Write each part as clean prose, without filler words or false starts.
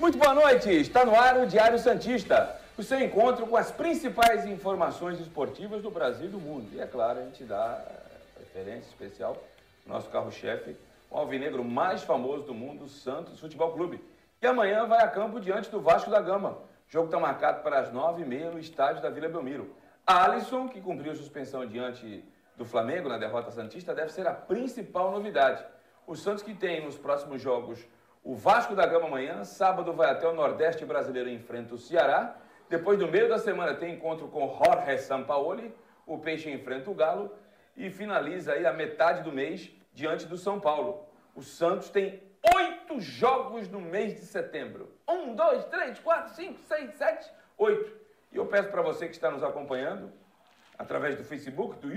Muito boa noite, está no ar o Diário Santista, o seu encontro com as principais informações esportivas do Brasil e do mundo. E é claro, a gente dá preferência especial ao nosso carro-chefe, o alvinegro mais famoso do mundo, o Santos Futebol Clube. E amanhã vai a campo diante do Vasco da Gama. O jogo está marcado para as 9h30 no estádio da Vila Belmiro. Alisson, que cumpriu suspensão diante do Flamengo na derrota santista, deve ser a principal novidade. O Santos que tem nos próximos jogos o Vasco da Gama amanhã, sábado vai até o Nordeste brasileiro e enfrenta o Ceará. Depois, no meio da semana, tem encontro com Jorge Sampaoli, o Peixe enfrenta o Galo e finaliza aí a metade do mês diante do São Paulo. O Santos tem 8 jogos no mês de setembro. 1, 2, 3, 4, 5, 6, 7, 8. E eu peço para você que está nos acompanhando através do Facebook, do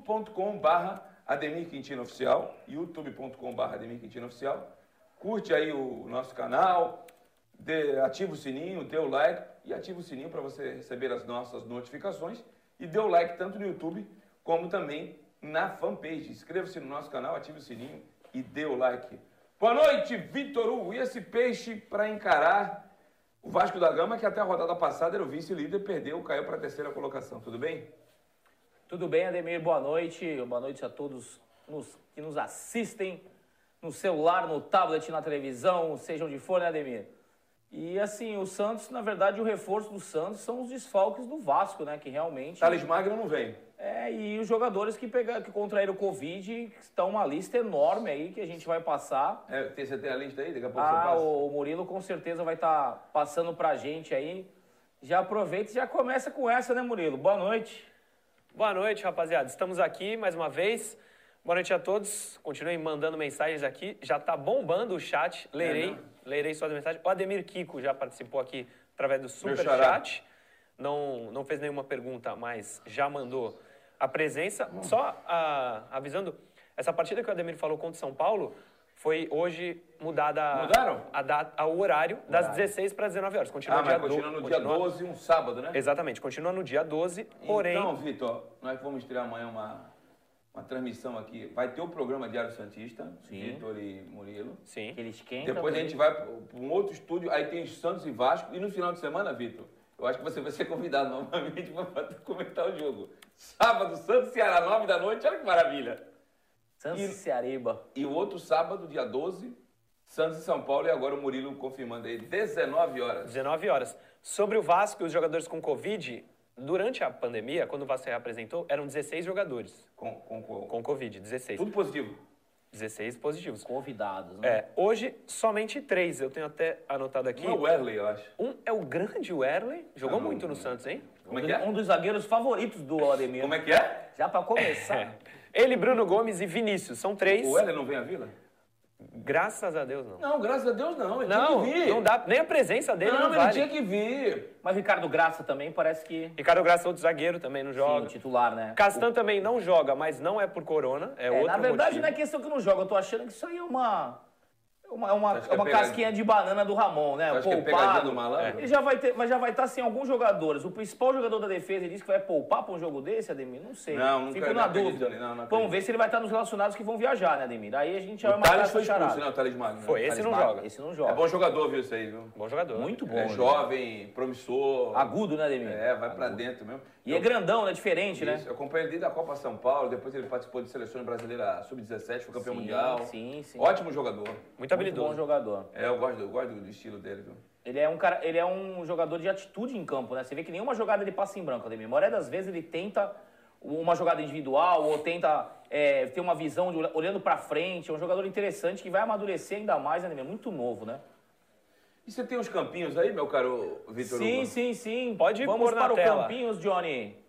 youtube.com/Ademir Quintino Oficial, youtube.com/Ademir Quintino Oficial. Curte aí o nosso canal, ativa o sininho, dê o like e ativa o sininho para você receber as nossas notificações. E dê o like tanto no YouTube como também na fanpage. Inscreva-se no nosso canal, ative o sininho e dê o like. Boa noite, Vitor Hugo. E esse Peixe para encarar o Vasco da Gama, que até a rodada passada era o vice-líder, perdeu, caiu para a terceira colocação. Tudo bem? Tudo bem, Ademir. Boa noite. Boa noite a todos que nos assistem no celular, no tablet, na televisão, seja onde for, né, Ademir? E assim, o Santos, na verdade, o reforço do Santos são os desfalques do Vasco, né, que realmente... Thales Magno não vem. E os jogadores que contraíram o Covid, estão uma lista enorme aí que a gente vai passar. Você tem a lista aí? Daqui a pouco você passa. O Murilo com certeza vai estar passando pra gente aí. Já aproveita e já começa com essa, né, Murilo? Boa noite. Boa noite, rapaziada. Estamos aqui mais uma vez. Boa noite a todos. Continuem mandando mensagens aqui. Já tá bombando o chat. Lerei suas mensagens. O Ademir Kiko já participou aqui através do Superchat. Não fez nenhuma pergunta, mas já mandou a presença. Só avisando, essa partida que o Ademir falou contra o São Paulo foi hoje mudada o horário das 16 para 19 horas. Continua no dia 12, um sábado, né? Exatamente, continua no dia 12, porém... Então, Vitor, nós vamos estrear amanhã uma transmissão aqui. Vai ter o programa Diário Santista, Vitor e Murilo. Sim. Que ele esquenta. Depois a gente vai para um outro estúdio, aí tem Santos e Vasco. E no final de semana, Vitor, eu acho que você vai ser convidado novamente para comentar o jogo. Sábado, Santos e Ceará, 9 da noite, olha que maravilha. Santos e Ceariba. E o outro sábado, dia 12, Santos e São Paulo, e agora o Murilo confirmando aí, 19 horas. 19 horas. Sobre o Vasco e os jogadores com Covid... Durante a pandemia, quando o Vasco se reapresentou, eram 16 jogadores com Covid, 16. Tudo positivo? 16 positivos. Convidados, né? Hoje, somente 3. Eu tenho até anotado aqui. Um é o Wesley, eu acho. Um é o grande Wesley. Jogou muito no Santos, hein? Como é que é? Um dos zagueiros favoritos do Ademir. Como é que é? Já para começar. Ele, Bruno Gomes e Vinícius. São 3. O Wesley não vem à Vila? Graças a Deus, não. Não, graças a Deus não. Ele tinha que vir. Não dá. Nem a presença dele não vale. Ele tinha que vir. Mas Ricardo Graça também parece que... Ricardo Graça, outro zagueiro, também não joga. Sim, o titular, né? Castan também não joga, mas não é por corona. É outro na verdade, motivo. não é questão que não joga. Eu tô achando que isso aí é uma casquinha de banana do Ramon, né? Acho que é pegadinha do malandro. Ele já vai ter, mas já vai estar sem alguns jogadores. O principal jogador da defesa, ele disse que vai poupar para um jogo desse, Ademir? Não sei. Não Fico na dúvida. Vamos ver se ele vai estar nos relacionados que vão viajar, né, Ademir? Aí a gente já vai matar essa charada. Não, o Thales Magno. Foi, esse não joga. Esse não joga. É bom jogador, viu, isso aí, viu? Bom jogador. Muito bom. É jovem, promissor. Agudo, né, Ademir? Vai pra dentro mesmo. E é grandão, né? Diferente, né? Eu acompanhei ele desde a Copa São Paulo, depois ele participou de seleções brasileiras sub-17, foi campeão mundial. Sim. Ótimo jogador. Muito habilidoso. Bom jogador. Eu gosto do estilo dele, viu? Ele é um jogador de atitude em campo, né? Você vê que nenhuma jogada ele passa em branco, Ademir. A maioria das vezes ele tenta uma jogada individual ou tenta ter uma visão olhando pra frente. É um jogador interessante que vai amadurecer ainda mais, Ademir. Muito novo, né? E você tem os campinhos aí, meu caro Vitor Hugo? Sim. Pode Vamos pôr para na o tela. campinhos, Johnny.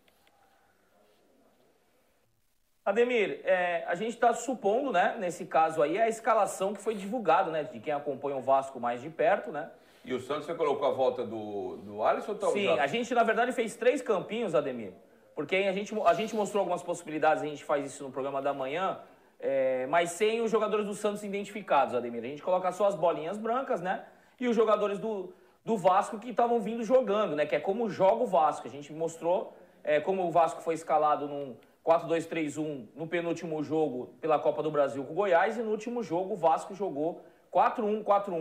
Ademir, a gente está supondo, né, nesse caso aí, a escalação que foi divulgada, né, de quem acompanha o Vasco mais de perto, né? E o Santos, você colocou a volta do Alisson ou Sim, a gente, na verdade, fez 3 campinhos, Ademir, porque a gente mostrou algumas possibilidades, a gente faz isso no programa da manhã, mas sem os jogadores do Santos identificados, Ademir. A gente coloca só as bolinhas brancas, né, e os jogadores do Vasco que estavam vindo jogando, né, que é como joga o Vasco. A gente mostrou como o Vasco foi escalado num 4-2-3-1 no penúltimo jogo pela Copa do Brasil com o Goiás, e no último jogo o Vasco jogou 4-1-4-1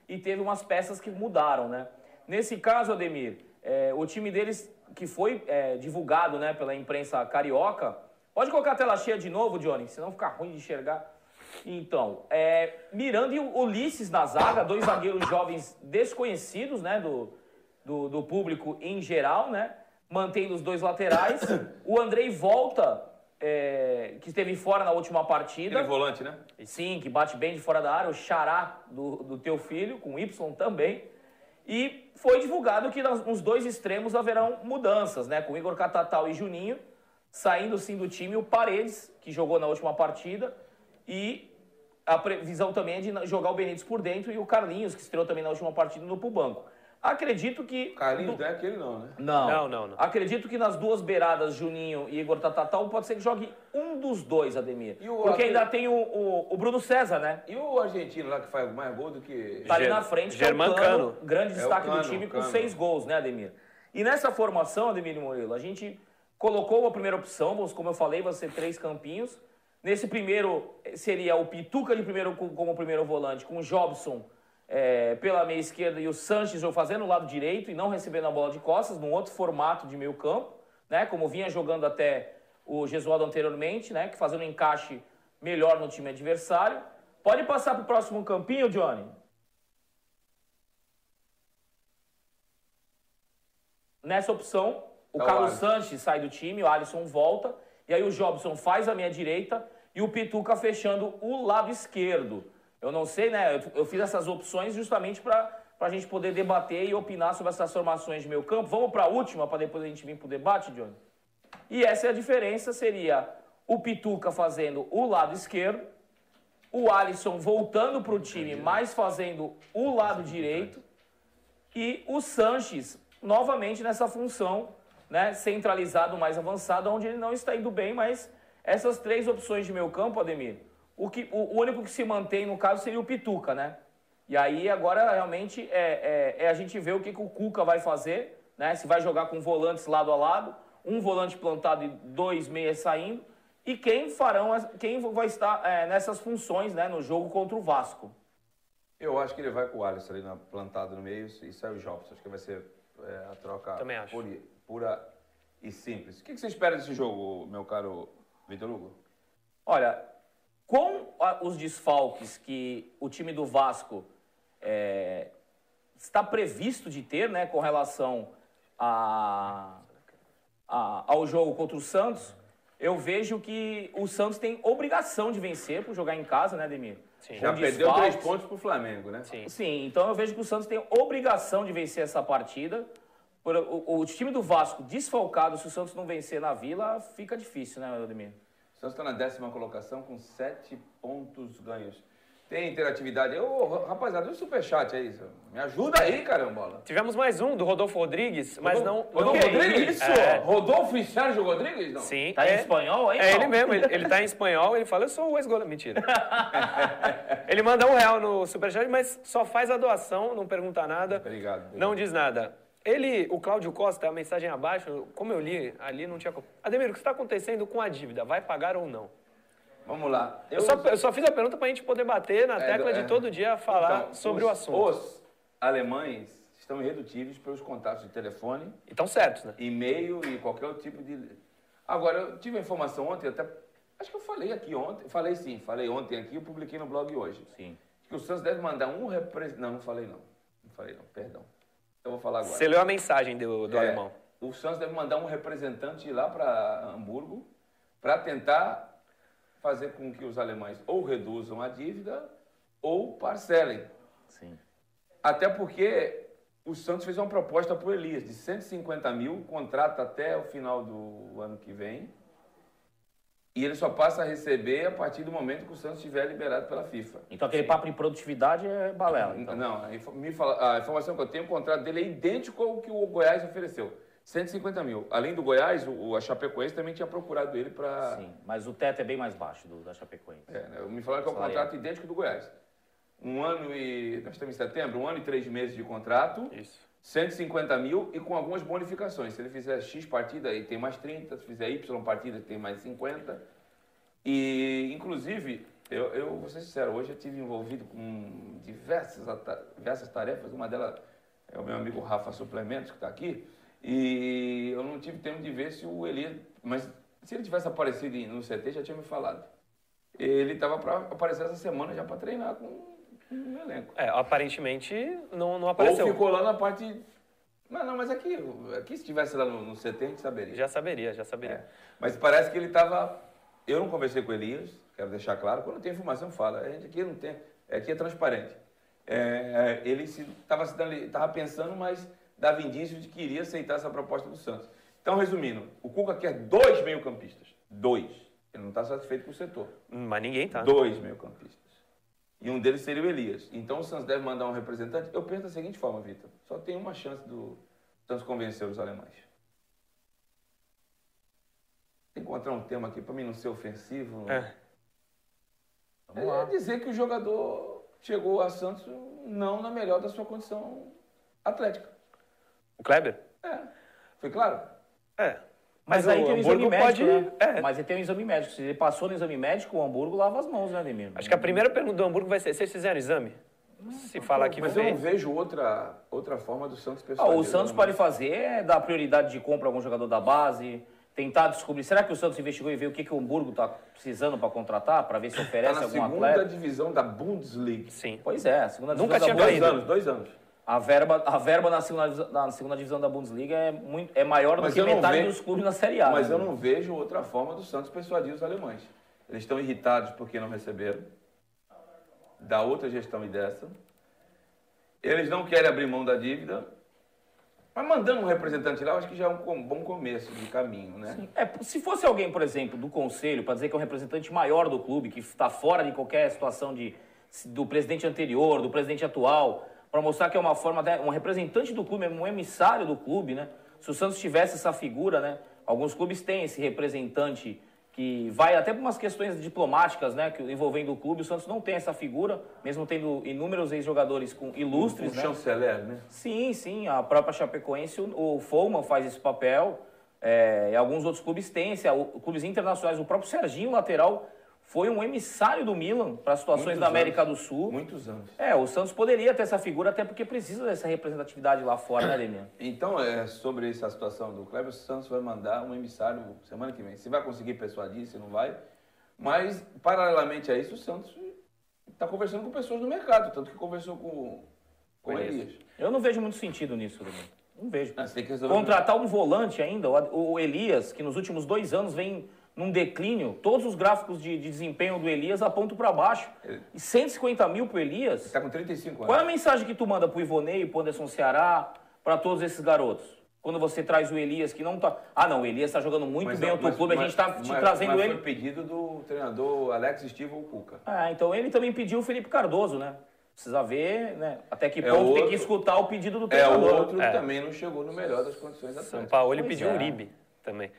e teve umas peças que mudaram, né? Nesse caso, Ademir, o time deles, que foi divulgado, né, pela imprensa carioca... Pode colocar a tela cheia de novo, Johnny, senão fica ruim de enxergar. Então, Miranda e Ulisses na zaga, 2 zagueiros jovens desconhecidos, né, do público em geral, né, mantendo os 2 laterais. O Andrei volta, que esteve fora na última partida. Aquele volante, né? Sim, que bate bem de fora da área, o xará do teu filho, com Y também. E foi divulgado que nos 2 extremos haverão mudanças, né, com Igor Catatal e Juninho, saindo sim do time, o Paredes, que jogou na última partida, e a previsão também é de jogar o Benítez por dentro e o Carlinhos, que estreou também na última partida, no pro banco. Acredito que... Carlinhos não é aquele não, né? Não. Acredito que nas 2 beiradas, Juninho e Igor Catatal, pode ser que jogue um dos 2, Ademir. Porque ainda tem o Bruno César, né? E o argentino lá que faz mais gol do que... Tá ali na frente, que é o Cano, grande destaque do time, com 6 gols, né, Ademir? E nessa formação, Ademir e Murilo, a gente... colocou a primeira opção, como eu falei, vai ser 3 campinhos. Nesse primeiro seria o Pituca de primeiro como primeiro volante, com o Jobson pela meia esquerda e o Sanches fazendo o lado direito e não recebendo a bola de costas, num outro formato de meio campo, né? Como vinha jogando até o Gesualdo anteriormente, né? Que fazendo um encaixe melhor no time adversário. Pode passar para o próximo campinho, Johnny? Nessa opção... O Carlos Sanches sai do time, o Alisson volta, e aí o Jobson faz a meia direita e o Pituca fechando o lado esquerdo. Eu não sei, né? Eu fiz essas opções justamente para a gente poder debater e opinar sobre essas formações de meio campo. Vamos para a última, para depois a gente vir para o debate, Johnny? E essa é a diferença, seria o Pituca fazendo o lado esquerdo, o Alisson voltando para o time, mas fazendo o lado direito, e o Sanches novamente nessa função, né, centralizado, mais avançado, onde ele não está indo bem, mas essas 3 opções de meio campo, Ademir, o único que se mantém, no caso, seria o Pituca, né? E aí, agora, realmente, a gente ver o que o Cuca vai fazer, né? Se vai jogar com volantes lado a lado, um volante plantado e 2 meias saindo, e quem vai estar nessas funções, né, no jogo contra o Vasco. Eu acho que ele vai com o Alisson ali plantado no meio e sai o Jobson. Acho que vai ser a troca pura e simples. O que você espera desse jogo, meu caro Vitor Hugo? Olha, com os desfalques que o time do Vasco está previsto de ter, né, com relação ao jogo contra o Santos, eu vejo que o Santos tem obrigação de vencer por jogar em casa, né, Ademir? Sim. Já perdeu 3 pontos pro Flamengo, né? Sim, então eu vejo que o Santos tem obrigação de vencer essa partida. O time do Vasco desfalcado, se o Santos não vencer na Vila, fica difícil, né, Ademir? O Santos está na 10ª colocação com 7 pontos ganhos. Tem interatividade. Rapaziada, o superchat é isso. Me ajuda aí, carambola. Tivemos mais um do Rodolfo Rodrigues, mas não... Rodolfo Rodrigues? Isso? Rodolfo e Sérgio Rodrigues? Não. Sim. Tá em espanhol aí? É ele mesmo, ele tá em espanhol, ele fala, eu sou o ex-goleiro. Mentira. Ele manda R$1 no superchat, mas só faz a doação, não pergunta nada. Obrigado. Não diz nada. O Cláudio Costa, a mensagem abaixo, como eu li, ali não tinha... Ademir, o que está acontecendo com a dívida? Vai pagar ou não? Vamos lá. Eu só fiz a pergunta para a gente poder bater na tecla de todo dia falar então, sobre o assunto. Os alemães estão irredutíveis pelos contatos de telefone. E estão certos, né? E-mail e qualquer outro tipo de... Agora, eu tive a informação ontem, acho que eu falei aqui ontem. Falei ontem aqui, eu publiquei no blog hoje. Sim. Que o Santos deve mandar um representante... Não falei não, perdão. Eu vou falar agora. Você leu a mensagem do alemão. O Santos deve mandar um representante lá para Hamburgo para tentar fazer com que os alemães ou reduzam a dívida ou parcelem. Sim. Até porque o Santos fez uma proposta para o Elias de 150 mil, contrato até o final do ano que vem, e ele só passa a receber a partir do momento que o Santos estiver liberado pela FIFA. Então aquele papo de produtividade é balela. Então. Não, a informação que eu tenho, o contrato dele é idêntico ao que o Goiás ofereceu. 150 mil. Além do Goiás, a Chapecoense também tinha procurado ele para... Sim, mas o teto é bem mais baixo da Chapecoense. Me falaram que é um contrato idêntico do Goiás. Nós estamos em setembro, 1 ano e 3 meses de contrato. Isso. 150 mil e com algumas bonificações. Se ele fizer X partida, aí tem mais 30. Se fizer Y partida, tem mais 50. E, inclusive... Eu vou ser sincero, hoje eu estive envolvido com diversas tarefas, uma delas é o meu amigo Rafa Suplementos, que está aqui, e eu não tive tempo de ver se o Elias, mas se ele tivesse aparecido no CT, já tinha me falado. Ele estava para aparecer essa semana já para treinar com o elenco. Aparentemente não apareceu. Ou ficou lá na parte... Mas aqui se estivesse lá no CT, a gente saberia. Já saberia. Mas parece que ele estava... Eu não conversei com o Elias, quero deixar claro, quando tem informação, fala. A gente aqui não tem... Aqui é transparente. Ele estava pensando, mas dava indício de que iria aceitar essa proposta do Santos. Então, resumindo, o Cuca quer 2 meio-campistas. 2. Ele não está satisfeito com o setor. Mas ninguém tá. 2 meio-campistas. E um deles seria o Elias. Então o Santos deve mandar um representante. Eu penso da seguinte forma, Vitor. Só tem uma chance do Santos convencer os alemães. Tem que encontrar um tema aqui para mim não ser ofensivo. Vamos lá. Dizer que o jogador chegou a Santos não na melhor da sua condição atlética. O Kleber? Foi claro? Mas aí tem um exame médico, né? Mas ele tem um exame médico. Se ele passou no exame médico, o Hamburgo lava as mãos, né, Ademir? Acho que a primeira pergunta do Hamburgo vai ser: vocês fizeram exame? Se falar que mas fez. eu não vejo outra forma do Santos pessoal. O Santos pode fazer é dar prioridade de compra a algum jogador da base, tentar descobrir. Será que o Santos investigou e viu o que o Hamburgo está precisando para contratar, para ver se oferece algum atleta? Segunda divisão da Bundesliga. Sim. Pois é, a segunda divisão Nunca tinha caído. 2 anos. A verba na segunda divisão da Bundesliga é maior do que metade dos clubes na Série A. Mas eu não vejo outra forma do Santos persuadir os alemães. Eles estão irritados porque não receberam. Da outra gestão e dessa. Eles não querem abrir mão da dívida. Mas mandando um representante lá, eu acho que já é um bom começo de caminho, né? Sim. Se fosse alguém, por exemplo, do conselho, para dizer que é um representante maior do clube, que está fora de qualquer situação do presidente anterior, do presidente atual, para mostrar que é uma forma, um representante do clube, um emissário do clube, né? Se o Santos tivesse essa figura, né? Alguns clubes têm esse representante que vai até por umas questões diplomáticas, né? Envolvendo o clube, o Santos não tem essa figura, mesmo tendo inúmeros ex-jogadores ilustres, né? Chanceler, né? Sim, a própria Chapecoense, o Follmann faz esse papel, e alguns outros clubes têm, clubes internacionais, o próprio Serginho, lateral, foi um emissário do Milan para situações da América do Sul. Muitos anos. O Santos poderia ter essa figura, até porque precisa dessa representatividade lá fora, né, Ademir? Então, sobre essa situação do Kleber, o Santos vai mandar um emissário semana que vem. Se vai conseguir persuadir, se não vai. Mas, paralelamente a isso, o Santos está conversando com pessoas no mercado, tanto que conversou com o Elias. Eu não vejo muito sentido nisso, Ademir. Não vejo. Tem que resolver. Contratar um volante ainda, o Elias, que nos últimos 2 anos vem num declínio, todos os gráficos de desempenho do Elias apontam para baixo. E 150 mil pro Elias. Está com 35 anos. Qual é a mensagem que tu manda pro Ivonei, pro Anderson Ceará, para todos esses garotos? Quando você traz o Elias que não tá... o Elias está jogando muito bem no teu clube, a gente está te trazendo ele... Mas foi pedido do treinador Alex Stivo ou Cuca. Então ele também pediu o Felipe Cardoso, né? Precisa ver, né? Até que ponto tem que escutar o pedido do treinador. O outro que também não chegou no melhor das condições atléticas. São Paulo pediu o Uribe também.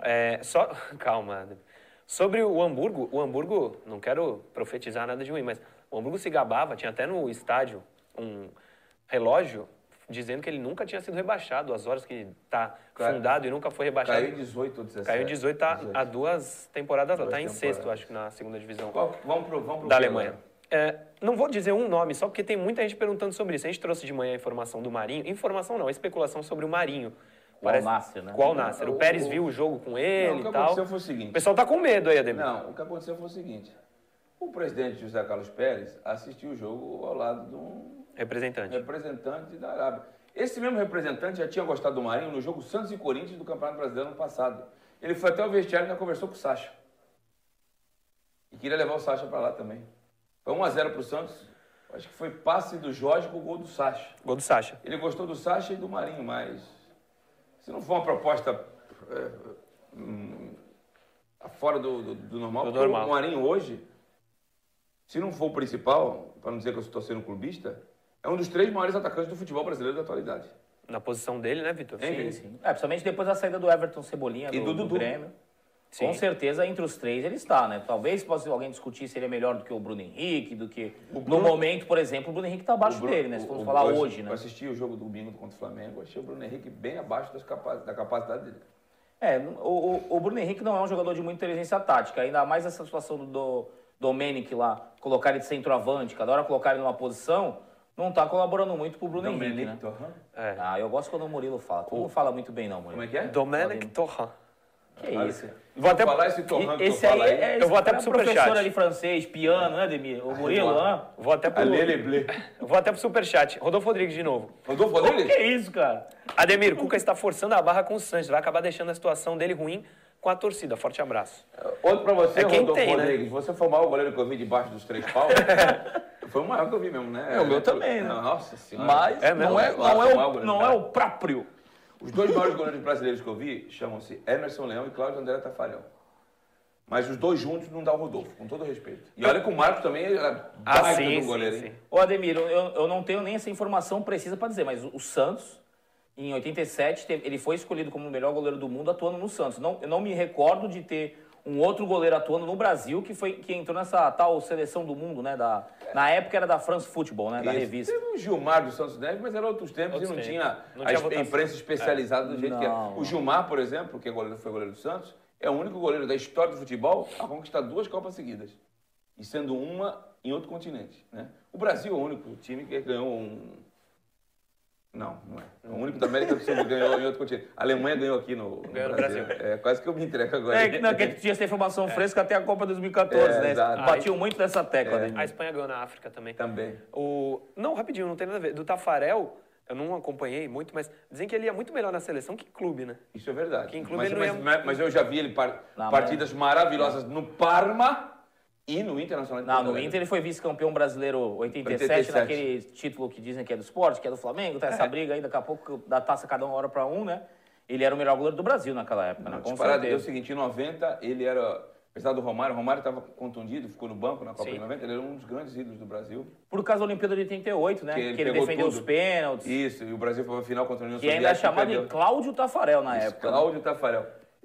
Calma. Sobre o Hamburgo, não quero profetizar nada de ruim, mas o Hamburgo se gabava, tinha até no estádio um relógio dizendo que ele nunca tinha sido rebaixado, as horas que está fundado e nunca foi rebaixado. Caiu em 18 ou 17. Caiu em 18, tá há 2 temporadas lá, está em 6º, acho que na segunda divisão vamos pro da Alemanha. Não vou dizer um nome, só porque tem muita gente perguntando sobre isso. A gente trouxe de manhã a informação do Marinho, a especulação sobre o Marinho. Qual Nasser, né? Qual Nasser? O Pérez viu o jogo com ele e tal. O que aconteceu foi o seguinte... O pessoal tá com medo aí, Ademir. Não, o que aconteceu foi o seguinte. O presidente José Carlos Pérez assistiu o jogo ao lado de um... representante da Arábia. Esse mesmo representante já tinha gostado do Marinho no jogo Santos e Corinthians do Campeonato Brasileiro ano passado. Ele foi até o vestiário e ainda conversou com o Sacha. E queria levar o Sacha para lá também. Foi 1-0 pro Santos. Acho que foi passe do Jorge com o gol do Sacha. Gol do Sacha. Ele gostou do Sacha e do Marinho, mas... se não for uma proposta fora do normal, do normal. O Marinho hoje, se não for o principal, para não dizer que eu estou sendo clubista, é um dos 3 maiores atacantes do futebol brasileiro da atualidade. Na posição dele, né, Vitor? Sim. Principalmente depois da saída do Everton Cebolinha, e do Dudu. Grêmio. Sim. Com certeza, entre os 3 ele está, né? Talvez possa alguém discutir se ele é melhor do que o Bruno Henrique, do que... No momento, por exemplo, o Bruno Henrique está abaixo dele, né? Se formos falar hoje, né? Eu assisti o jogo do domingo contra o Flamengo, achei o Bruno Henrique bem abaixo da capacidade dele. O Bruno Henrique não é um jogador de muita inteligência tática, ainda mais essa situação Domenic lá, colocar ele de centroavante, cada hora colocar ele numa posição, não tá colaborando muito pro Bruno Henrique, né? Eu gosto quando o Murilo fala. Tu não fala muito bem, não, Murilo. Como é que é? Domenic Torrent. Que isso? Vou até falar esse Torrent que esse tu fala aí aí. é Eu vou até pro professor superchat. ali francês, piano, né, Ademir? O Murilo, né? Vou até pro superchat. Rodolfo Rodrigues de novo. Rodolfo Que Rodrigues? isso, cara? Ademir, Cuca está forçando a barra com o Sanches. Vai acabar deixando a situação dele ruim com a torcida. Forte abraço. Outro pra você, É quem Rodolfo tem, né? Rodrigues. Você foi o maior goleiro que eu vi debaixo dos 3 paus? Foi o maior que eu vi mesmo, né? O meu também, né? Nossa senhora. Mas É mesmo? não é o próprio. Os 2 maiores goleiros brasileiros que eu vi chamam-se Emerson Leão e Cláudio André Tafarel. Mas os 2 juntos não dá o Rodolfo, com todo respeito. E olha que o Marcos também era baita do goleiro, hein? Ô, Ademir, eu não tenho nem essa informação precisa para dizer, mas o Santos, em 87, ele foi escolhido como o melhor goleiro do mundo atuando no Santos. Eu não me recordo de ter um outro goleiro atuando no Brasil que entrou nessa tal seleção do mundo, né? Na época era da France Football, né? Da revista. Teve o Gilmar do Santos Neves, mas era outros tempos e não tinha a imprensa especializada do jeito que é. O Gilmar, por exemplo, que foi goleiro do Santos, é o único goleiro da história do futebol a conquistar 2 Copas seguidas. E sendo uma em outro continente, né? O Brasil é o único time que ganhou um... Não é. O único da América do Sul que ganhou em outro continente. A Alemanha ganhou aqui no Brasil. É, quase que eu me entrego agora. Que tinha essa informação fresca até a Copa 2014, né? Exato. Batiam muito nessa tecla, né? A Espanha ganhou na África também. Também. Não, rapidinho, não tem nada a ver. Do Tafarel, eu não acompanhei muito, mas dizem que ele ia muito melhor na seleção que em clube, né? Isso é verdade. Que em clube ele não ia... Mas eu já vi ele partidas maravilhosas no Parma e no Internacional de Porto No Alegre. Inter ele foi vice-campeão brasileiro 87, naquele título que dizem que é do esporte, que é do Flamengo, tá essa briga aí, daqui a pouco da taça cada uma hora para um, né? Ele era o melhor goleiro do Brasil naquela época, né? Com certeza. É certeza. o seguinte, em 90 ele era, apesar do Romário estava contundido, ficou no banco na Copa de 90, ele era um dos grandes ídolos do Brasil. Por causa da Olimpíada de 88, né? Que ele defendeu os pênaltis. Isso, e o Brasil foi pra final contra a União Soviética. E ainda é chamado de Cláudio Tafarel na época. Cláudio Tafarel.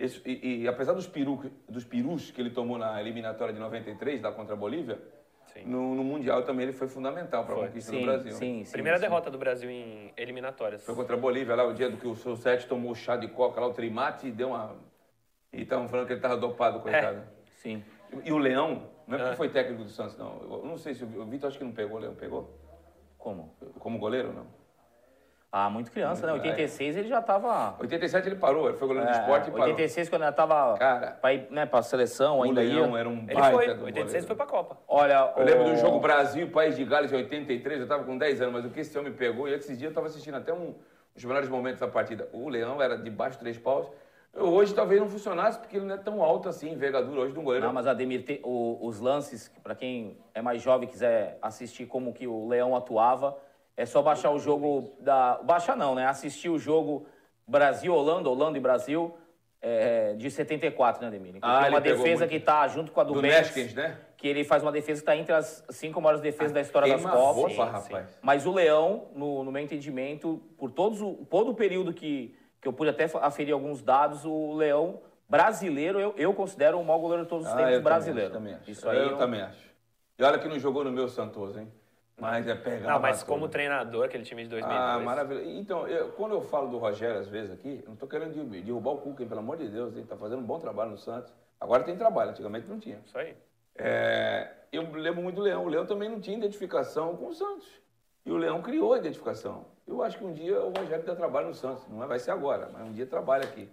E apesar dos perus que ele tomou na eliminatória de 93, lá contra a Bolívia, no Mundial também ele foi fundamental para a conquista do Brasil. Sim, Primeira derrota do Brasil em eliminatórias. Foi contra a Bolívia, lá o dia do que o seu Sete tomou o chá de coca, lá o trimate, e deu uma... E estavam falando que ele estava dopado, coitado. Sim. E o Leão, não é porque foi técnico do Santos, não. Eu não sei se o Vitor acho que não pegou o Leão, pegou? Como? Como goleiro, não? Muito criança, né? 86 ele já estava... 87 ele parou, ele foi goleiro do esporte e parou. 86 quando ele estava para ir, né, para a seleção, ainda ia. Era um ele foi, 86 foi para a Copa. Olha, eu lembro do jogo Brasil, País de Gales, em 83, eu estava com 10 anos, mas o que esse homem pegou, e esses dias eu estava assistindo até os melhores momentos da partida. O Leão era de baixo 3 paus. Hoje talvez não funcionasse, porque ele não é tão alto assim, envergadura hoje de um goleiro. Não, mas Ademir, os lances, para quem é mais jovem e quiser assistir como que o Leão atuava, é só baixar o jogo Baixar não, né? Assistir o jogo Brasil-Holanda, Holanda e Brasil, de 74, né, Ademir? Tem uma defesa que tá junto com a do Neskens, né? Que ele faz uma defesa que está entre as 5 maiores defesas da história das Copas. Rapaz. Mas o Leão, no meu entendimento, por todo o período que eu pude até aferir alguns dados, o Leão brasileiro, eu considero o maior goleiro de todos os tempos brasileiro. Também acho. Isso aí eu também acho. E olha que não jogou no meu Santos, hein? Mas pegar. Não, mas como treinador, aquele time de 2002. Maravilha. Então, quando eu falo do Rogério, às vezes, aqui, eu não estou querendo derrubar o Cuca, pelo amor de Deus, ele está fazendo um bom trabalho no Santos. Agora tem trabalho, antigamente não tinha. Isso aí. Eu lembro muito do Leão. O Leão também não tinha identificação com o Santos. E o Leão criou a identificação. Eu acho que um dia o Rogério dá trabalho no Santos. Não vai ser agora, mas um dia trabalha aqui.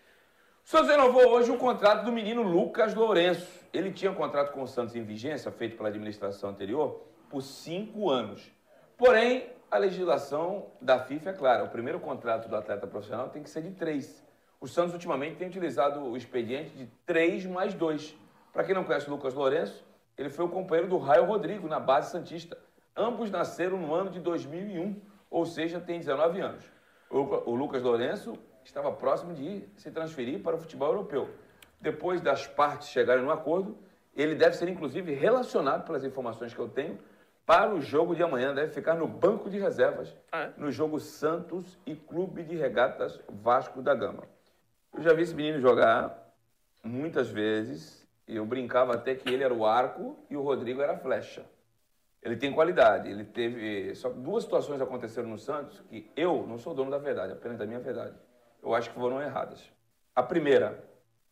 O Santos renovou hoje o contrato do menino Lucas Lourenço. Ele tinha um contrato com o Santos em vigência, feito pela administração anterior, por 5 anos. Porém, a legislação da FIFA é clara. O primeiro contrato do atleta profissional tem que ser de 3. O Santos, ultimamente, tem utilizado o expediente de 3 mais 2. Para quem não conhece o Lucas Lourenço, ele foi o companheiro do Raio Rodrigo, na base santista. Ambos nasceram no ano de 2001, ou seja, tem 19 anos. O Lucas Lourenço estava próximo de se transferir para o futebol europeu. Depois das partes chegarem no acordo, ele deve ser, inclusive, relacionado, pelas informações que eu tenho, para o jogo de amanhã. Deve ficar no banco de reservas, no jogo Santos e Clube de Regatas Vasco da Gama. Eu já vi esse menino jogar muitas vezes, e eu brincava até que ele era o arco e o Rodrigo era a flecha. Ele tem qualidade, ele teve... Só que 2 situações aconteceram no Santos que eu não sou dono da verdade, apenas da minha verdade. Eu acho que foram erradas. A primeira,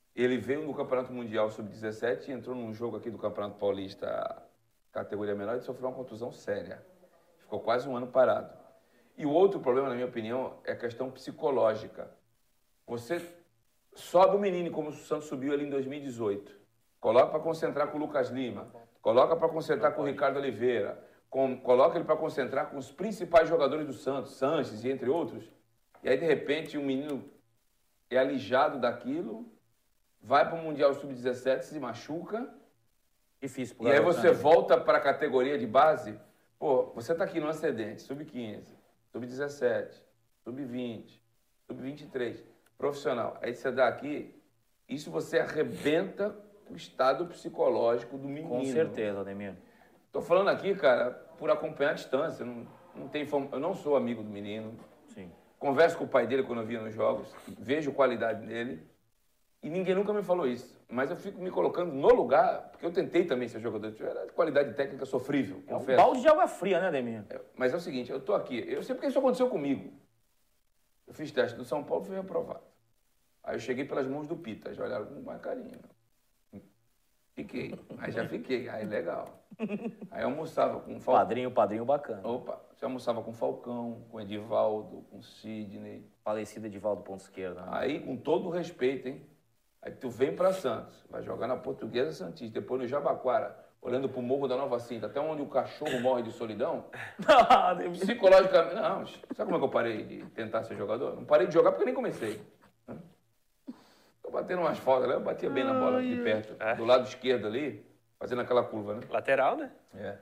Ele veio no Campeonato Mundial Sub-17 e entrou num jogo aqui do Campeonato Paulista, categoria menor, e sofreu uma contusão séria. Ficou quase um ano parado. E o outro problema, na minha opinião, é a questão psicológica. Você sobe o menino, como o Santos subiu ali em 2018. Coloca para concentrar com o Lucas Lima. Coloca para concentrar com o Ricardo Oliveira. Coloca ele para concentrar com os principais jogadores do Santos, Sanches e entre outros. E aí, de repente, o menino é alijado daquilo, vai para o Mundial Sub-17, se machuca. Difícil pro E aí garoto, você né? volta para a categoria de base. Pô, você está aqui no Ascendente, Sub-15, Sub-17, Sub-20, Sub-23, profissional. Aí você dá aqui, isso você arrebenta o estado psicológico do menino. Com certeza, Ademir. Tô falando aqui, cara, por acompanhar a distância. Não tem, eu não sou amigo do menino. Sim. Converso com o pai dele quando eu via nos jogos, vejo qualidade nele. E ninguém nunca me falou isso. Mas eu fico me colocando no lugar, porque eu tentei também ser jogador. Era qualidade técnica sofrível, É um confesso. balde de água fria, né, Ademir? Mas é o seguinte, eu tô aqui. Eu sei porque isso aconteceu comigo. Eu fiz teste do São Paulo e fui reprovado. Aí eu cheguei pelas mãos do Pita, já olharam com mais carinho. Fiquei. Aí já fiquei. Aí legal. Aí eu almoçava com Falcão. Padrinho bacana. Opa, você almoçava com Falcão, com Edivaldo, com Sidney. Falecido Edivaldo ponto esquerda. Né? Aí, com todo o respeito, hein? Aí tu vem pra Santos, vai jogar na Portuguesa Santista, depois no Jabaquara, olhando pro Morro da Nova Cinta, até onde o cachorro morre de solidão. Psicologicamente, não, sabe como é que eu parei de tentar ser jogador? Não parei de jogar porque nem comecei. Tô batendo umas faltas, eu batia bem na bola de perto, do lado esquerdo ali, fazendo aquela curva, né? Lateral, né? É.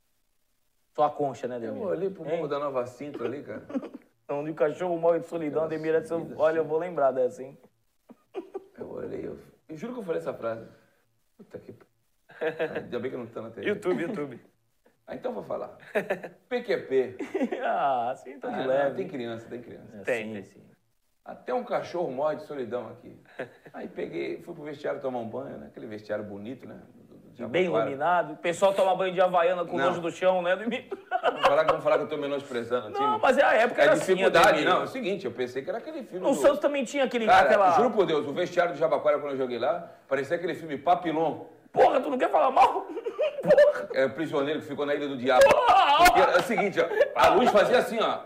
Só a concha, né, Ademir? Eu olhei pro Morro da Nova Cinta ali, cara. Onde o cachorro morre de solidão, Ademir, olha, eu vou lembrar dessa, hein? Eu olhei, eu juro que eu falei essa frase. Puta que... Ainda bem que eu não tô na TV. YouTube. Ah, então eu vou falar. PQP. Sim, tá de Não, leve. tem criança. Tem. Sim. Até um cachorro morre de solidão aqui. Aí peguei, fui pro vestiário tomar um banho, né? Aquele vestiário bonito, né? Do Bem Jabaquara. iluminado. O pessoal toma banho de Havaiana com Não. nojo do chão, né, Ademir? Vamos falar que eu tô menosprezando o time. Não, mas é a época É era dificuldade. assim, Ademir. Não, é o seguinte, eu pensei que era aquele filme O do... Santos também tinha Cara, aquela... juro por Deus, o vestiário do Jabaquara, quando eu joguei lá, parecia aquele filme Papillon. Porra, tu não quer falar mal? Porra! É o prisioneiro que ficou na Ilha do Diabo. Porque era o seguinte, ó, a luz fazia assim, ó.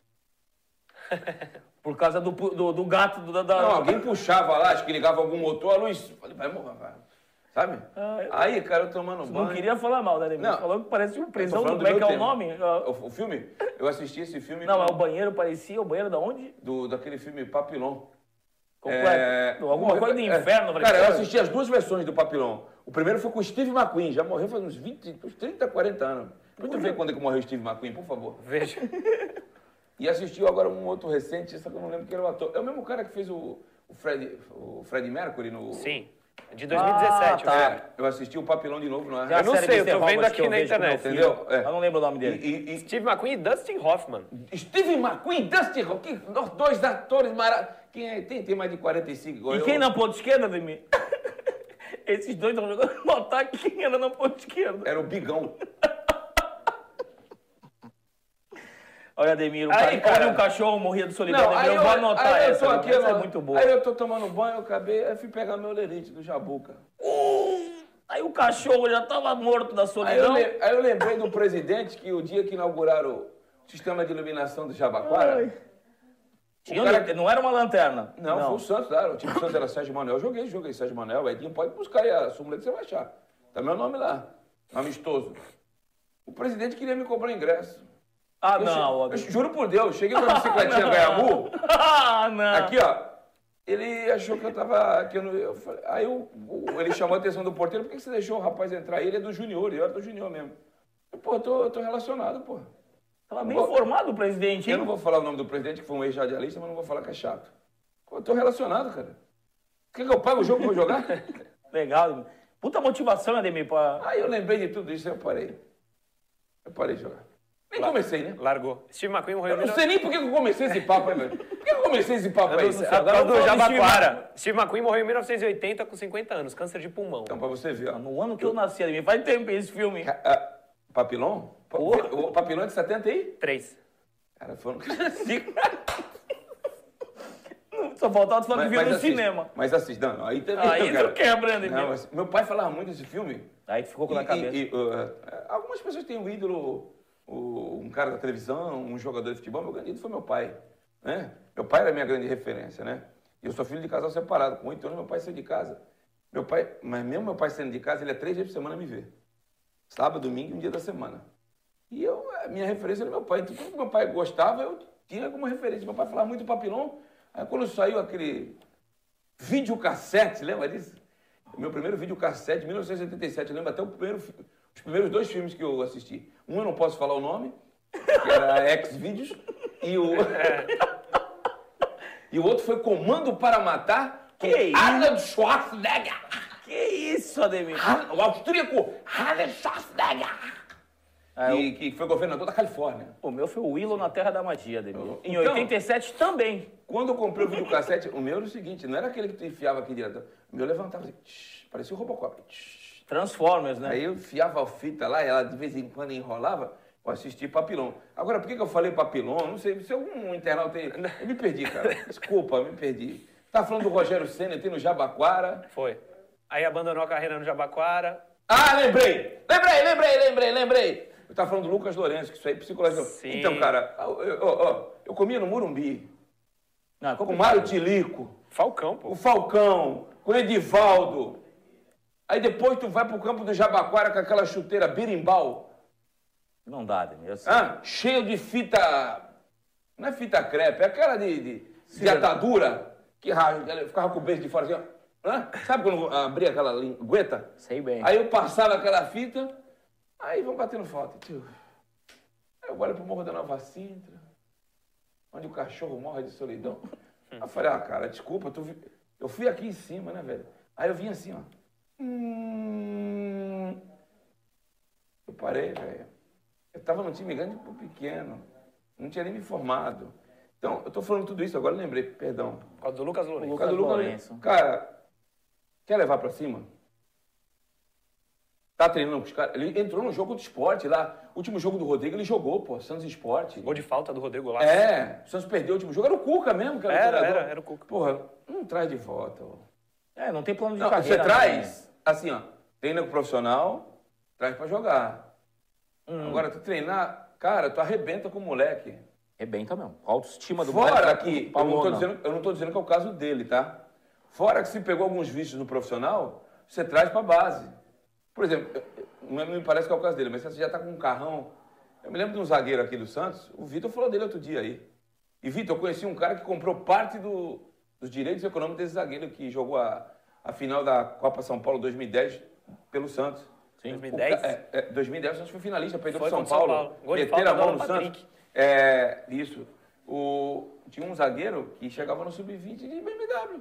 Por causa do gato Não, alguém puxava lá, acho que ligava algum motor, a luz... Falei, vai morrer, vai. Sabe? Aí, cara, eu tomando banho... Não queria falar mal, né, Ademir? Não. Falou que parece uma prisão falando do do como é meu que é o tempo. nome? O filme? Eu assisti esse filme... Não, mas o banheiro parecia o banheiro da onde? Daquele filme Papillon. Completo. Alguma coisa do inferno. falei, Cara, eu cara, assisti as duas versões do Papillon. O primeiro foi com o Steve McQueen, já morreu faz uns 30, 40 anos. Pode ver quando é que morreu o Steve McQueen, por favor. Veja. E assistiu agora um outro recente, só que eu não lembro quem era o ator. É o mesmo cara que fez o Freddie Mercury no... Sim. De 2017. tá. né? Eu assisti o Papillon de novo, não é? Já a Eu não série sei, eu Mr. tô vendo Robot aqui que eu na vejo com meu internet. filho. Entendeu? É. Eu não lembro o nome dele. Steve McQueen e Dustin Hoffman. Steve McQueen, Dustin Hoffman, dois atores maravilhosos. Quem é? Tem mais de 45 igual E eu. quem na ponta esquerda, Ademir? Esses dois estão jogando no ataque. Quem era na ponta esquerda? Era o Bigão. Olha, Ademir, Aí, cara- olha o cachorro morria de solidão. Não, Ademir, eu vou anotar aí eu essa. tô aqui, Essa é muito boa. Aí eu tô tomando banho, eu acabei, aí fui pegar meu lerite do Jabuca. Aí o cachorro já estava morto da Aí solidão. eu lembrei do presidente que o dia que inauguraram o sistema de iluminação do Jabaquara... Ai. Tinha o cara- Não era uma lanterna. Não, foi o Santos, claro. O time do Santos era Sérgio Manuel. Eu joguei Sérgio Manuel. Edinho, pode buscar aí a súmula que você vai achar. Tá meu nome lá. Amistoso. O presidente queria me cobrar ingresso. Ah, Eu não. eu juro por Deus, cheguei com a bicicletinha Gaiamu. Ah, não. Aqui, ó. Ele achou que eu tava... Que eu não, eu falei, aí ele chamou a atenção do porteiro. Por que você deixou o rapaz entrar? Ele é do Junior, eu era do Junior mesmo. Pô, eu tô relacionado, pô. Tava bem informado o presidente, Eu hein? não vou falar o nome do presidente, que foi um ex-radialista, mas não vou falar que é chato. Pô, eu tô relacionado, cara. Quer que eu pague o jogo que eu vou jogar? Legal. Ademir. Puta motivação, Ademir, pra... Aí eu lembrei de tudo isso e eu parei. Eu parei de jogar. Nem comecei, né? Largou. Steve McQueen morreu Eu em não sei nem por que eu comecei esse papo aí, velho. Por que eu comecei esse papo aí? Por causa do Jabaquara. Steve McQueen morreu em 1980 com 50 anos, câncer de pulmão. Então, pra você ver, ó. No ano que eu nasci, Ademir, faz tempo esse filme. Papillon? Porra. O Papillon é de 70 aí? 3. Cara, foi um que eu nasci. Só faltava tu falar que viu no cinema. Mas assiste, não, aí também. Aí tu quebra, né? Não, meu pai falava muito desse filme. Aí tu ficou com na cabeça. Algumas pessoas têm um ídolo, um cara da televisão, um jogador de futebol. Meu grande ídolo foi meu pai, né? Meu pai era a minha grande referência, né? Eu sou filho de casal separado. Com 8 anos, meu pai saiu de casa. Mas mesmo meu pai saindo de casa, ele ia 3 vezes por semana me ver. Sábado, domingo e um dia da semana. E a minha referência era meu pai. Então, tudo que meu pai gostava, eu tinha como referência. Meu pai falava muito do Papillon. Aí, quando saiu aquele videocassete, lembra disso? O meu primeiro videocassete, de 1977, eu lembro até os primeiros 2 filmes que eu assisti. Um eu não posso falar o nome, que era X-Videos, e o outro foi Comando para Matar, com Arnold Schwarzenegger. Que isso, Ademir? O austríaco Arnold Schwarzenegger. Que foi governador da Califórnia. O meu foi o Willow na Terra da Magia, Ademir. Em Então, 87 também. Quando eu comprei o videocassete, o meu era o seguinte, não era aquele que tu enfiava aqui direto. O meu levantava assim, parecia o Robocop. Transformers, né? Aí eu enfiava a fita lá e ela de vez em quando enrolava para assistir Papillon. Agora, por que eu falei Papillon? Não sei, se algum internauta aí... Eu me perdi, cara. Desculpa, me perdi. Tá falando do Rogério Ceni, tem no Jabaquara. Foi. Aí abandonou a carreira no Jabaquara. Ah, lembrei! Eu tava falando do Lucas Lourenço, que isso aí é psicológico. Sim. Então, cara, eu comia no Morumbi. Não, Com o Mário Tilico. Falcão, pô. O Falcão, com o Edivaldo. Aí depois tu vai pro campo do Jabaquara com aquela chuteira birimbau. Não dá, Ademir. Cheio de fita... Não é fita crepe, é aquela de atadura, que ficava com o beijo de fora assim, ó. Sabe quando abria aquela lingueta? Sei bem. Aí eu passava aquela fita, aí vamos batendo foto. Tio. Aí eu olho pro Morro da Nova Sintra, onde o cachorro morre de solidão. Aí eu falei, cara, desculpa, eu fui aqui em cima, né, velho? Aí eu vim assim, ó. Eu parei, velho. Eu tava num time grande e pequeno. Não tinha nem me formado. Então, eu tô falando tudo isso, agora eu lembrei, perdão. Por causa do Lucas Lourenço. Por causa do Lucas Lourenço. Cara, quer levar pra cima? Tá treinando com os caras. Ele entrou no jogo do esporte lá. O último jogo do Rodrigo, ele jogou, pô. Santos Esporte. Gol de falta do Rodrigo lá. O Santos perdeu o último jogo. Era o Cuca mesmo, que era o treinador. Era o Cuca. Porra, não traz de volta, ó. Não tem plano de Não, carreira. você traz, assim, ó. Treina com o profissional, traz pra jogar. Agora, tu treinar, cara, tu arrebenta com o moleque. Arrebenta mesmo. A autoestima do Fora que, eu não tô dizendo que é o caso dele, tá? Fora que se pegou alguns vícios no profissional, você traz pra base. Por exemplo, não me parece que é o caso dele, mas se você já tá com um carrão... Eu me lembro de um zagueiro aqui do Santos, o Vitor falou dele outro dia aí. E, Vitor, eu conheci um cara que comprou parte dos direitos econômicos desse zagueiro que jogou a final da Copa São Paulo 2010 pelo Santos. Sim, 2010? 2010 o Santos foi finalista, perdeu Foi pro São contra o São Paulo. Paulo. Gol de Meteram falta a mão do no Patrick. Santos. Isso. Tinha um zagueiro que chegava no sub-20 de BMW.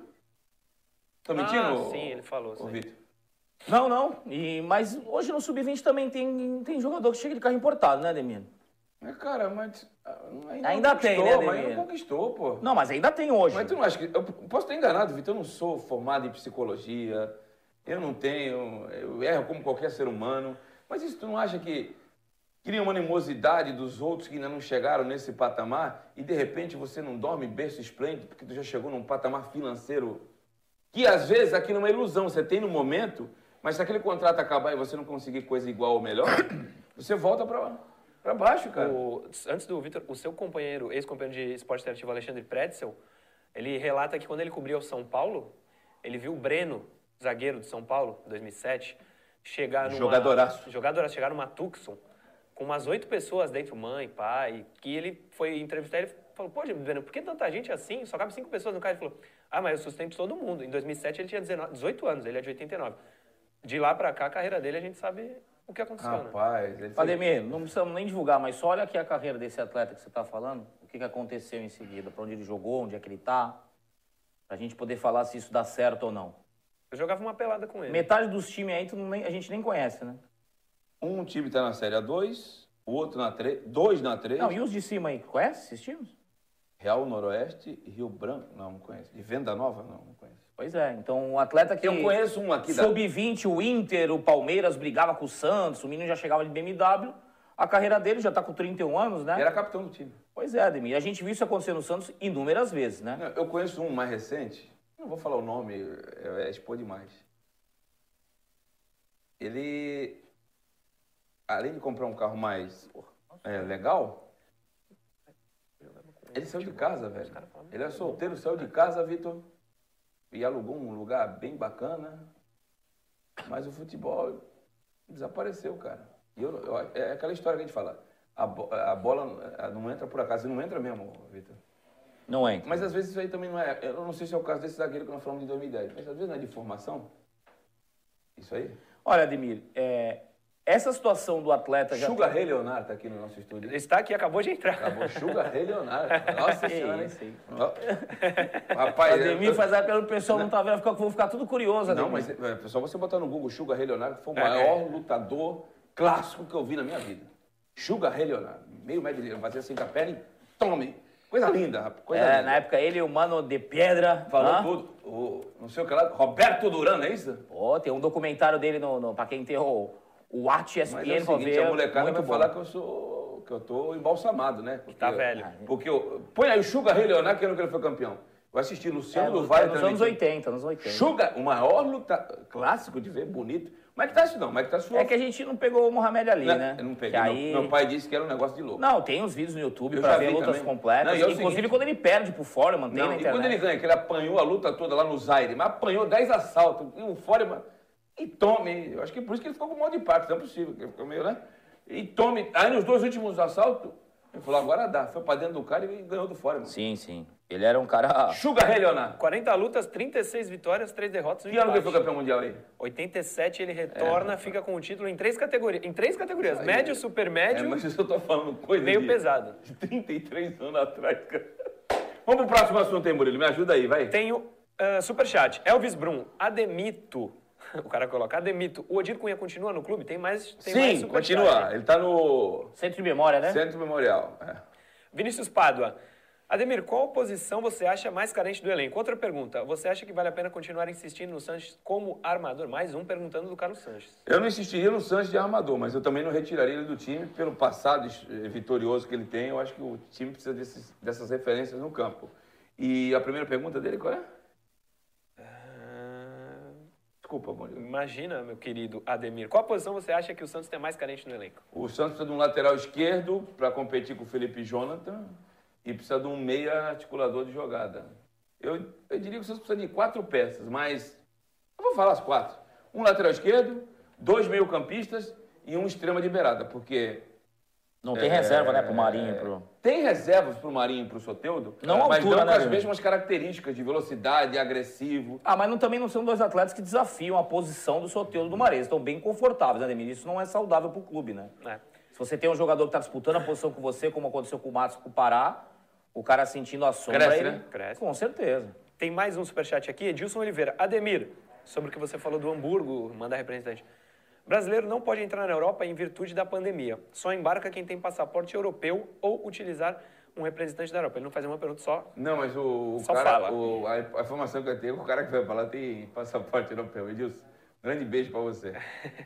Tô mentindo? Sim, ele falou. Ô, Vitor. Não. Mas hoje no Sub-20 também tem jogador que chega de carro importado, né, Ademir? Cara, mas... Ainda tem, né, Ademir? Mas não conquistou, pô. Não, mas ainda tem hoje. Mas tu não acha que... Eu posso estar enganado, Vitor. Eu não sou formado em psicologia. Eu não tenho... Eu erro como qualquer ser humano. Mas isso tu não acha que cria uma animosidade dos outros que ainda não chegaram nesse patamar e, de repente, você não dorme berço esplêndido porque tu já chegou num patamar financeiro que, às vezes, aquilo é uma ilusão. Você tem no momento, mas se aquele contrato acabar e você não conseguir coisa igual ou melhor, você volta pra baixo, cara. Antes do Vitor, o seu companheiro, ex-companheiro de esporte interativo, Alexandre Pretzel, ele relata que quando ele cobria o São Paulo, ele viu o Breno, zagueiro de São Paulo, em 2007, chegar chegar numa Tucson com umas 8 pessoas dentro, mãe, pai, que ele foi entrevistar, ele falou, pô, Breno, por que tanta gente assim? Só cabe 5 pessoas no carro. Ele falou, mas eu sustento todo mundo. Em 2007 ele tinha 18 anos, ele é de 89. De lá pra cá, a carreira dele, a gente sabe o que aconteceu, Rapaz, né? Ademir, não precisamos nem divulgar, mas só olha aqui a carreira desse atleta que você tá falando, o que aconteceu em seguida, pra onde ele jogou, onde é que ele tá, pra gente poder falar se isso dá certo ou não. Eu jogava uma pelada com ele. Metade dos times aí a gente nem conhece, né? Um time tá na Série A2, o outro na 3, 2 na 3. Não, e os de cima aí, conhece esses times? Real Noroeste e Rio Branco, não conheço. De Venda Nova, não conheço. Pois é, então o atleta que... Eu conheço um aqui Sub-20, o Inter, o Palmeiras brigava com o Santos, o menino já chegava de BMW, a carreira dele já tá com 31 anos, né? Ele era capitão do time. Pois é, Ademir. A gente viu isso acontecer no Santos inúmeras vezes, né? Não, eu conheço um mais recente, não vou falar o nome, é expor demais. Ele, além de comprar um carro mais legal, ele saiu de casa, velho. Ele é solteiro, saiu de casa, Vitor, e alugou um lugar bem bacana, mas o futebol desapareceu, cara. E é aquela história que a gente fala, a bola não entra por acaso, não entra mesmo, Vitor. Não entra. Mas às vezes isso aí também não é, eu não sei se é o caso desse zagueiro que nós falamos de 2010, mas às vezes não é de formação, isso aí. Olha, Ademir, essa situação do atleta já... Sugar Ray Leonardo está aqui no nosso estúdio. Ele está aqui, acabou de entrar. Acabou, Sugar Ray Leonardo. Nossa senhora, isso aí. Rapaz, Ademir faz a pergunta, o pessoal não tá vendo, vou ficar tudo curioso, Ademir. Não, mas é só você botar no Google Sugar Ray Leonardo, que foi o maior lutador clássico que eu vi na minha vida. Sugar Ray Leonardo. Meio médio, ele fazia assim com a perna e tome. Coisa linda, rapaz. Coisa linda. Na época ele e o Mano de Pedra. Falou tudo. Não sei o que lá, Roberto Duran, é isso? Pô, tem um documentário dele pra quem tem o Watch ESPN. Mas é o seguinte, a molecada vai falar que eu tô embalsamado, né? Porque tá velho. Porque põe aí o Sugar Ray Leonardo, que ano que ele foi campeão. Eu assisti Luciano do Vale nos anos 80, anos 80. Sugar, o maior clássico de ver, bonito. Como é que tá isso não? Como é que tá sua... É que a gente não pegou o Mohamed Ali, né? Eu não peguei. Aí... Meu pai disse que era um negócio de louco. Não, tem os vídeos no YouTube pra ver lutas completas. Não, inclusive seguinte... quando ele perde pro Foreman, tem na internet. E quando ele ganha, que ele apanhou a luta toda lá no Zaire, mas apanhou 10 assaltos, e o Foreman... E tome, eu acho que é por isso que ele ficou com mal de impacto, não é possível, que ele ficou meio, né? E tome, aí nos 2 últimos assaltos, ele falou, agora dá. Foi pra dentro do cara e ganhou do Foreman. Sim, sim. Ele era um cara... Sugar Ray Leonardo. 40 lutas, 36 vitórias, 3 derrotas. Que ano que ele foi campeão mundial aí? 87, ele retorna, fica com o título em 3 categorias. Em 3 categorias, médio, super médio... mas isso eu tô falando coisa meio pesado. De 33 anos atrás, cara. Vamos pro próximo assunto aí, Murilo. Me ajuda aí, vai. Tenho superchat. Elvis Brum, Ademito. O cara coloca Ademito. O Odir Cunha continua no clube? Tem mais Sim, continua. Ele tá no... Centro de Memória, né? Centro Memorial. Vinícius Pádua. Ademir, qual posição você acha mais carente do elenco? Outra pergunta. Você acha que vale a pena continuar insistindo no Sanches como armador? Mais um perguntando do Carlos Sanches. Eu não insistiria no Sanches de armador, mas eu também não retiraria ele do time pelo passado vitorioso que ele tem. Eu acho que o time precisa dessas referências no campo. E a primeira pergunta dele qual é? Desculpa, Murilo. Imagina, meu querido Ademir. Qual posição você acha que o Santos tem mais carente no elenco? O Santos precisa de um lateral esquerdo para competir com o Felipe Jonathan e precisa de um meia articulador de jogada. Eu diria que o Santos precisa de 4 peças, mas eu vou falar as 4. Um lateral esquerdo, 2 meio-campistas e um extrema de beirada, porque... Não tem reserva, né, pro Marinho. Tem reservas pro Marinho e pro Soteldo, não mas altura, não com né, as mesmas características de velocidade, agressivo. Mas também não são 2 atletas que desafiam a posição do Soteldo e do Mares. Estão bem confortáveis, né, Ademir? Isso não é saudável pro clube, né? Se você tem um jogador que tá disputando a posição com você, como aconteceu com o Matos com o Pará, o cara sentindo a sombra... Cresce, né? Cresce. Com certeza. Tem mais um superchat aqui, Edilson Oliveira. Ademir, sobre o que você falou do Hamburgo, mandar representante. Brasileiro não pode entrar na Europa em virtude da pandemia. Só embarca quem tem passaporte europeu ou utilizar um representante da Europa. Ele não faz uma pergunta só. Não, mas o só cara, fala. A informação que eu tenho, o cara que vai falar tem passaporte europeu. Edilson, grande beijo pra você.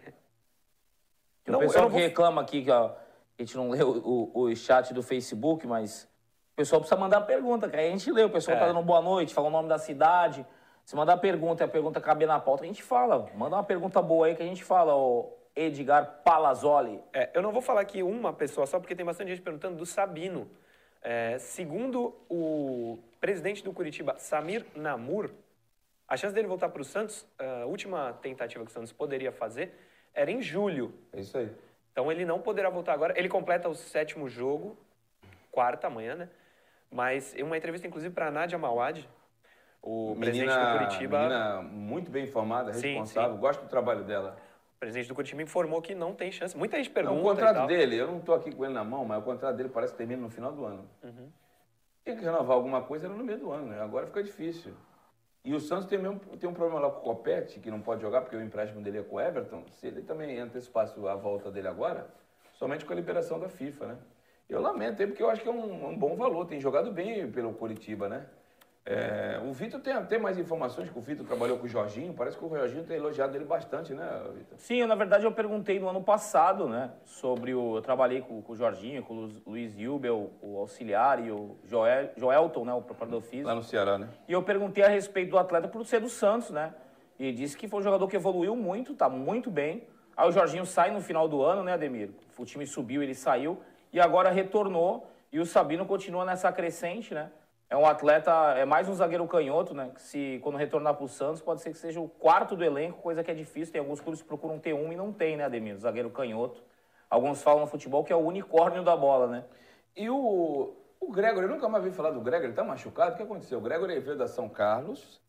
O pessoal que reclama aqui que a gente não leu o chat do Facebook, mas o pessoal precisa mandar pergunta, que aí a gente lê. O pessoal tá dando boa noite, fala o nome da cidade. Se mandar pergunta e a pergunta caber na pauta, a gente fala. Manda uma pergunta boa aí que a gente fala, o Edgar Palazzoli. Eu não vou falar aqui uma pessoa só, porque tem bastante gente perguntando do Sabino. Segundo o presidente do Curitiba, Samir Namur, a chance dele voltar para o Santos, a última tentativa que o Santos poderia fazer, era em julho. É isso aí. Então ele não poderá voltar agora. Ele completa o 7º jogo, quarta, amanhã, né? Mas em uma entrevista, inclusive, para a Nádia Mawad, o presidente do Curitiba... Menina muito bem informada, responsável. Sim. Gosto do trabalho dela. O presidente do Curitiba informou que não tem chance. Muita gente pergunta. O contrato dele, eu não estou aqui com ele na mão, mas o contrato dele parece que termina no final do ano. Tem que renovar alguma coisa, era no meio do ano, né? Agora fica difícil. E o Santos tem um problema lá com o Copete, que não pode jogar porque o empréstimo dele é com o Everton. Se ele também antecipasse a volta dele agora, somente com a liberação da FIFA, né? Eu lamento, porque eu acho que é um bom valor. Tem jogado bem pelo Curitiba, né? O Vitor tem mais informações que o Vitor trabalhou com o Jorginho. Parece que o Jorginho tem elogiado ele bastante, né, Vitor? Sim, na verdade eu perguntei no ano passado, né, sobre eu trabalhei com o Jorginho, com o Luiz Jubel, o auxiliar, e o Joelton, né, o preparador físico. Lá no Ceará, né? E eu perguntei a respeito do atleta por ser do Santos, né? E disse que foi um jogador que evoluiu muito, tá muito bem. Aí o Jorginho sai no final do ano, né, Ademir? O time subiu, ele saiu e agora retornou. E o Sabino continua nessa crescente, né? É um atleta, é mais um zagueiro canhoto, né? Que se quando retornar para o Santos, pode ser que seja o quarto do elenco, coisa que é difícil. Tem alguns clubes que procuram ter um e não tem, né, Ademir? O zagueiro canhoto. Alguns falam no futebol que é o unicórnio da bola, né? E o Gregory, eu nunca mais vi falar do Gregory, ele tá machucado. O que aconteceu? O Gregory veio da São Carlos,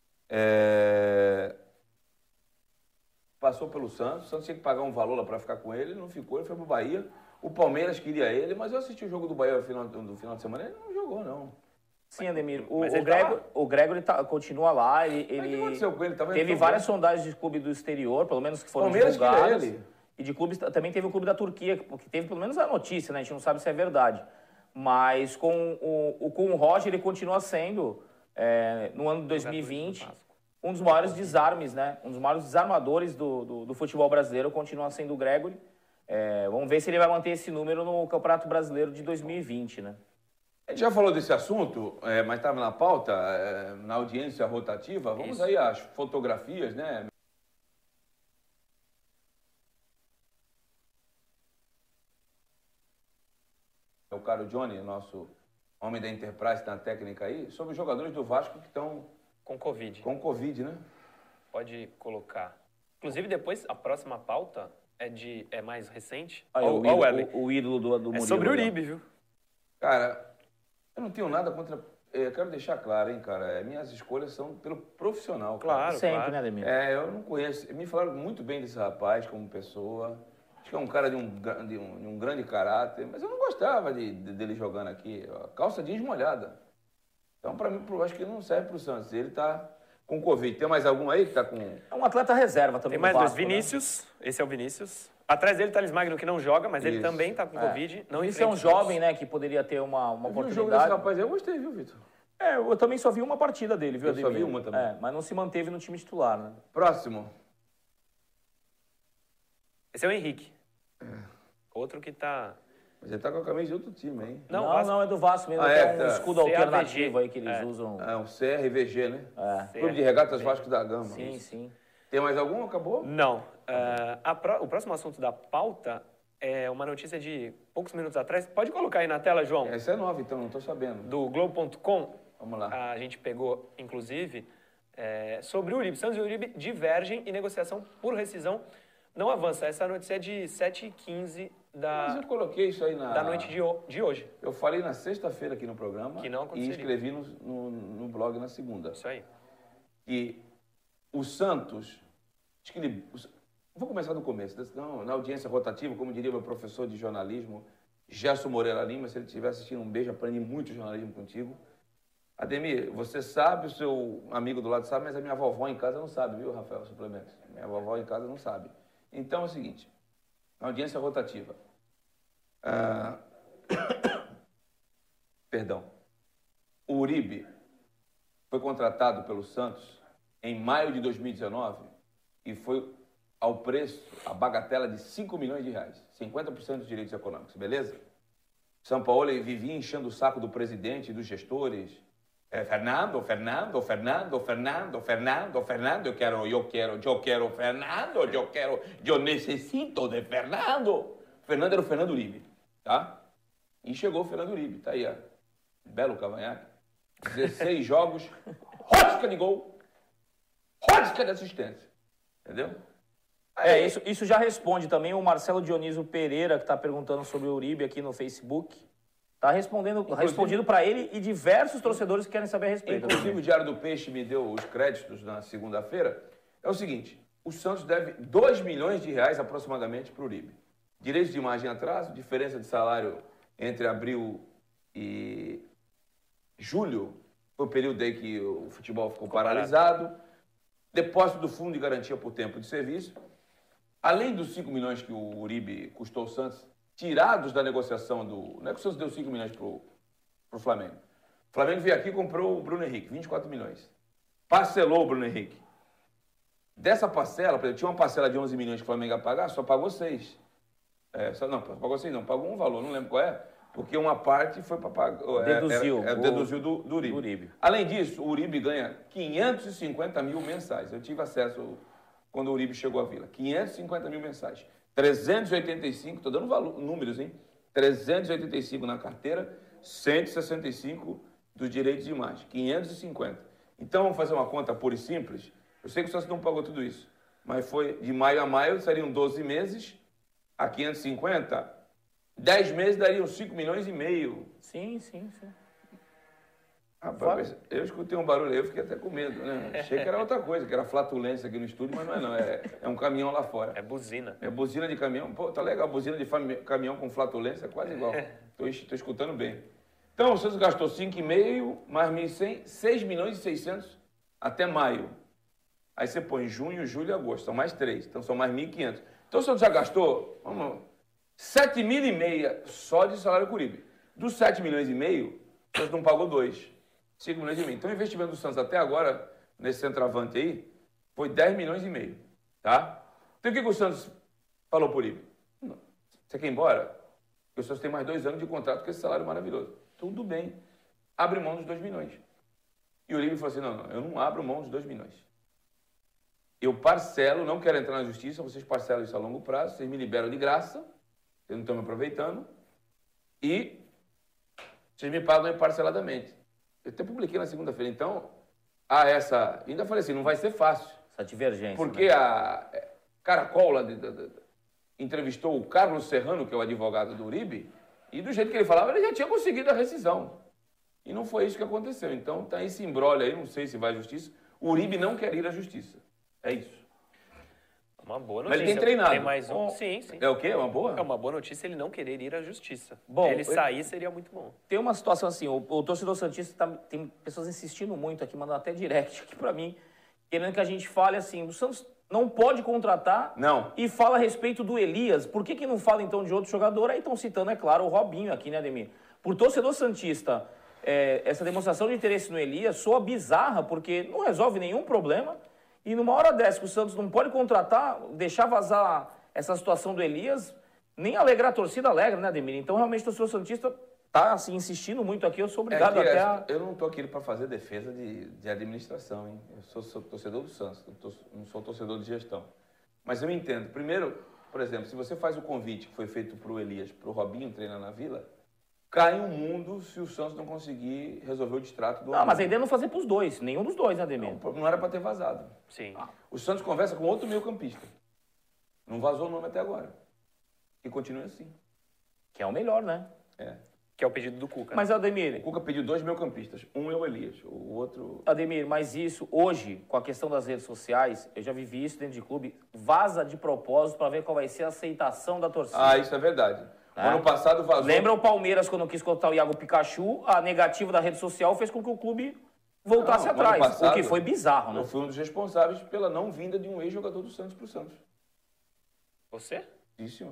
passou pelo Santos, o Santos tinha que pagar um valor lá para ficar com ele não ficou, ele foi pro Bahia. O Palmeiras queria ele, mas eu assisti o jogo do Bahia no final de semana, ele não jogou, não. Sim, Ademir. O tá Gregory continua lá. Mas o que aconteceu com ele? Teve várias sondagens de clube do exterior, pelo menos que foram Palmeiras divulgadas. queria ele. E de clubes, também teve o clube da Turquia, porque teve pelo menos a notícia, né? A gente não sabe se é verdade. Mas com o Roger, ele continua sendo, no ano de 2020, um dos maiores desarmes, né? Um dos maiores desarmadores do futebol brasileiro, continua sendo o Gregory. Vamos ver se ele vai manter esse número no Campeonato Brasileiro de 2020, né? A gente já falou desse assunto, mas estava na pauta, na audiência rotativa. Vamos aí às fotografias, né? O caro Johnny, nosso homem da Enterprise, na técnica aí, sobre os jogadores do Vasco que estão Com Covid. com Covid, né? Pode colocar. Inclusive, depois, a próxima pauta é mais recente. Aí, o ídolo do Murilo. É sobre o Uribe, viu? Cara, eu não tenho nada contra... Eu quero deixar claro, hein, cara. Minhas escolhas são pelo profissional. Cara. Claro, Sempre, claro. né, Ademir? Eu não conheço. Me falaram muito bem desse rapaz como pessoa. Acho que é um cara de um grande caráter. Mas eu não gostava dele jogando aqui. A calça jeans molhada. Então, pra mim, eu acho que ele não serve pro Santos. Ele tá com Covid. Tem mais algum aí que tá com... É um atleta reserva também. Tem mais do dois. Vasco, Vinícius. Né? Esse é o Vinícius. Atrás dele tá o Thales Magno, que não joga, mas ele Isso. também tá com Covid. Não Esse é um jovem, né, que poderia ter uma Eu vi o oportunidade. jogo desse rapaz aí, eu gostei, viu, Vitor? Eu também só vi uma partida dele, viu, Eu só Ademir? vi uma também. Mas não se manteve no time titular, né? Próximo. Esse é o Henrique. Outro que tá... Mas ele tá com a camisa de outro time, hein? Não, Não, Vasco. não, é do Vasco mesmo. Ah, tem um tá. escudo CAVG. alternativo aí que eles usam. É um CRVG, né? É. Clube de Regatas Vasco da Gama. Sim, sim. Tem mais algum? Acabou? Não. O próximo assunto da pauta é uma notícia de poucos minutos atrás. Pode colocar aí na tela, João? Essa é nova, então, não tô sabendo. Do Globo.com. Vamos lá. A gente pegou, inclusive, sobre o Uribe. Santos e Uribe divergem e negociação por rescisão não avança. Essa notícia é de 7h15 Mas eu coloquei isso aí da noite de hoje. Eu falei na sexta-feira aqui no programa Que não e aconteceria. escrevi no blog na segunda. Isso aí. E o Santos, acho que ele... Vou começar do começo, na audiência rotativa, como diria meu professor de jornalismo, Gerson Moreira Lima, se ele estiver assistindo, um beijo, aprendi muito jornalismo contigo. Ademir, você sabe, o seu amigo do lado sabe, mas a minha vovó em casa não sabe, viu, Rafael Suplementos? Minha vovó em casa não sabe. Então é o seguinte, na audiência rotativa, perdão, o Uribe foi contratado pelo Santos em maio de 2019 e foi ao preço, a bagatela de 5 milhões de reais, 50% dos direitos econômicos, beleza? São Paulo vivia enchendo o saco do presidente e dos gestores. Fernando, eu necessito de Fernando. Fernando era o Fernando Uribe, tá? E chegou o Fernando Uribe, tá aí, ó. Belo cavanhaque. 16 jogos, rosca de gol, rosca de assistência. Entendeu? Isso já responde também o Marcelo Dionísio Pereira, que está perguntando sobre o Uribe aqui no Facebook. Está respondido para ele e diversos torcedores que querem saber a respeito. Inclusive, o Diário do Peixe me deu os créditos na segunda-feira. É o seguinte, o Santos deve 2 milhões de reais aproximadamente para o Uribe. Direitos de imagem em atraso, diferença de salário entre abril e julho, foi o período aí que o futebol ficou paralisado. Depósito do fundo de garantia por tempo de serviço. Além dos 5 milhões que o Uribe custou ao Santos, tirados da negociação do... Não é que o Santos deu 5 milhões para o Flamengo. O Flamengo veio aqui e comprou o Bruno Henrique, 24 milhões. Parcelou o Bruno Henrique. Dessa parcela, por exemplo, tinha uma parcela de 11 milhões que o Flamengo ia pagar, só pagou 6. Não, pagou 6 não, pagou um valor, não lembro qual é, porque uma parte foi para pagar. Deduziu do Uribe. Além disso, o Uribe ganha 550 mil mensais. Eu tive acesso quando o Uribe chegou à Vila. 550 mil mensais. 385, estou dando números, hein? 385 na carteira, 165 dos direitos de imagem. 550. Então, vamos fazer uma conta pura e simples. Eu sei que o Santos não pagou tudo isso, mas foi de maio a maio, seriam 12 meses, a 550, 10 meses dariam 5 milhões e meio. Sim. Rapaz, eu escutei um barulho aí, eu fiquei até com medo, né? Achei que era outra coisa, que era flatulência aqui no estúdio, mas não é não, é um caminhão lá fora. É buzina. É buzina de caminhão, pô, tá legal, buzina de caminhão com flatulência é quase igual. Tô escutando bem. Então, o Santos gastou 5,5, mais 1.100, 6 milhões e 600 até maio. Aí você põe junho, julho e agosto, são mais 3, então são mais 1.500. Então o Santos já gastou, 7,5 só de salário com o Uribe. Dos 7 milhões e meio, o Santos não pagou 2, 5 milhões e meio. Então o investimento do Santos até agora, nesse centroavante aí, foi 10 milhões e meio, tá? Então o que o Santos falou pro Uribe? Você quer ir embora? Porque o Santos tem mais 2 anos de contrato com esse salário maravilhoso. Tudo bem, abre mão dos 2 milhões. E o Uribe falou assim, não, eu não abro mão dos 2 milhões. Eu parcelo, não quero entrar na justiça, vocês parcelam isso a longo prazo, vocês me liberam de graça, vocês não estão me aproveitando, e vocês me pagam parceladamente. Eu até publiquei na segunda-feira, então, ainda falei assim, não vai ser fácil. Essa divergência. Porque a Caracol lá entrevistou o Carlos Serrano, que é o advogado do Uribe, e do jeito que ele falava, ele já tinha conseguido a rescisão. E não foi isso que aconteceu. Então, tá esse imbróglio aí, não sei se vai à justiça. O Uribe não quer ir à justiça. É isso. Uma boa notícia. Mas ele tem treinado. Tem mais um. Sim. É o quê? Uma boa? É uma boa notícia ele não querer ir à justiça. Bom, ele sair seria muito bom. Tem uma situação assim, o torcedor santista tem pessoas insistindo muito aqui, mandando até direct aqui pra mim, querendo que a gente fale assim, o Santos não pode contratar e fala a respeito do Elias. Por que não fala então de outro jogador? Aí estão citando, é claro, o Robinho aqui, né, Ademir? Por torcedor santista, essa demonstração de interesse no Elias soa bizarra, porque não resolve nenhum problema. E numa hora dessa que o Santos não pode contratar, deixar vazar essa situação do Elias, nem alegrar a torcida alegra, né, Ademir? Então, realmente, o torcedor santista está assim, insistindo muito aqui. Eu sou obrigado até a... Eu não estou aqui para fazer defesa de administração, hein? Eu sou torcedor do Santos, não sou torcedor de gestão. Mas eu entendo. Primeiro, por exemplo, se você faz o convite que foi feito para o Elias, para o Robinho treinar na Vila, cai um mundo se o Santos não conseguir resolver o distrato do... Não, mas a ideia é não fazer para os dois, nenhum dos dois, né, Ademir? Não era para ter vazado. Sim. O Santos conversa com outro meio-campista. Não vazou o nome até agora. E continua assim. Que é o melhor, né? Que é o pedido do Cuca. Mas, Ademir... O Cuca pediu 2 meio-campistas. Um é o Elias, o outro... Ademir, mas isso, hoje, com a questão das redes sociais, eu já vivi isso dentro de clube, vaza de propósito para ver qual vai ser a aceitação da torcida. Isso é verdade. Ano passado vazou... Lembra o Palmeiras, quando quis contratar o Iago Pikachu, a negativa da rede social fez com que o clube voltasse atrás, passado, o que foi bizarro, né? Eu fui um dos responsáveis pela não vinda de um ex-jogador do Santos para o Santos. Você? Sim, senhor.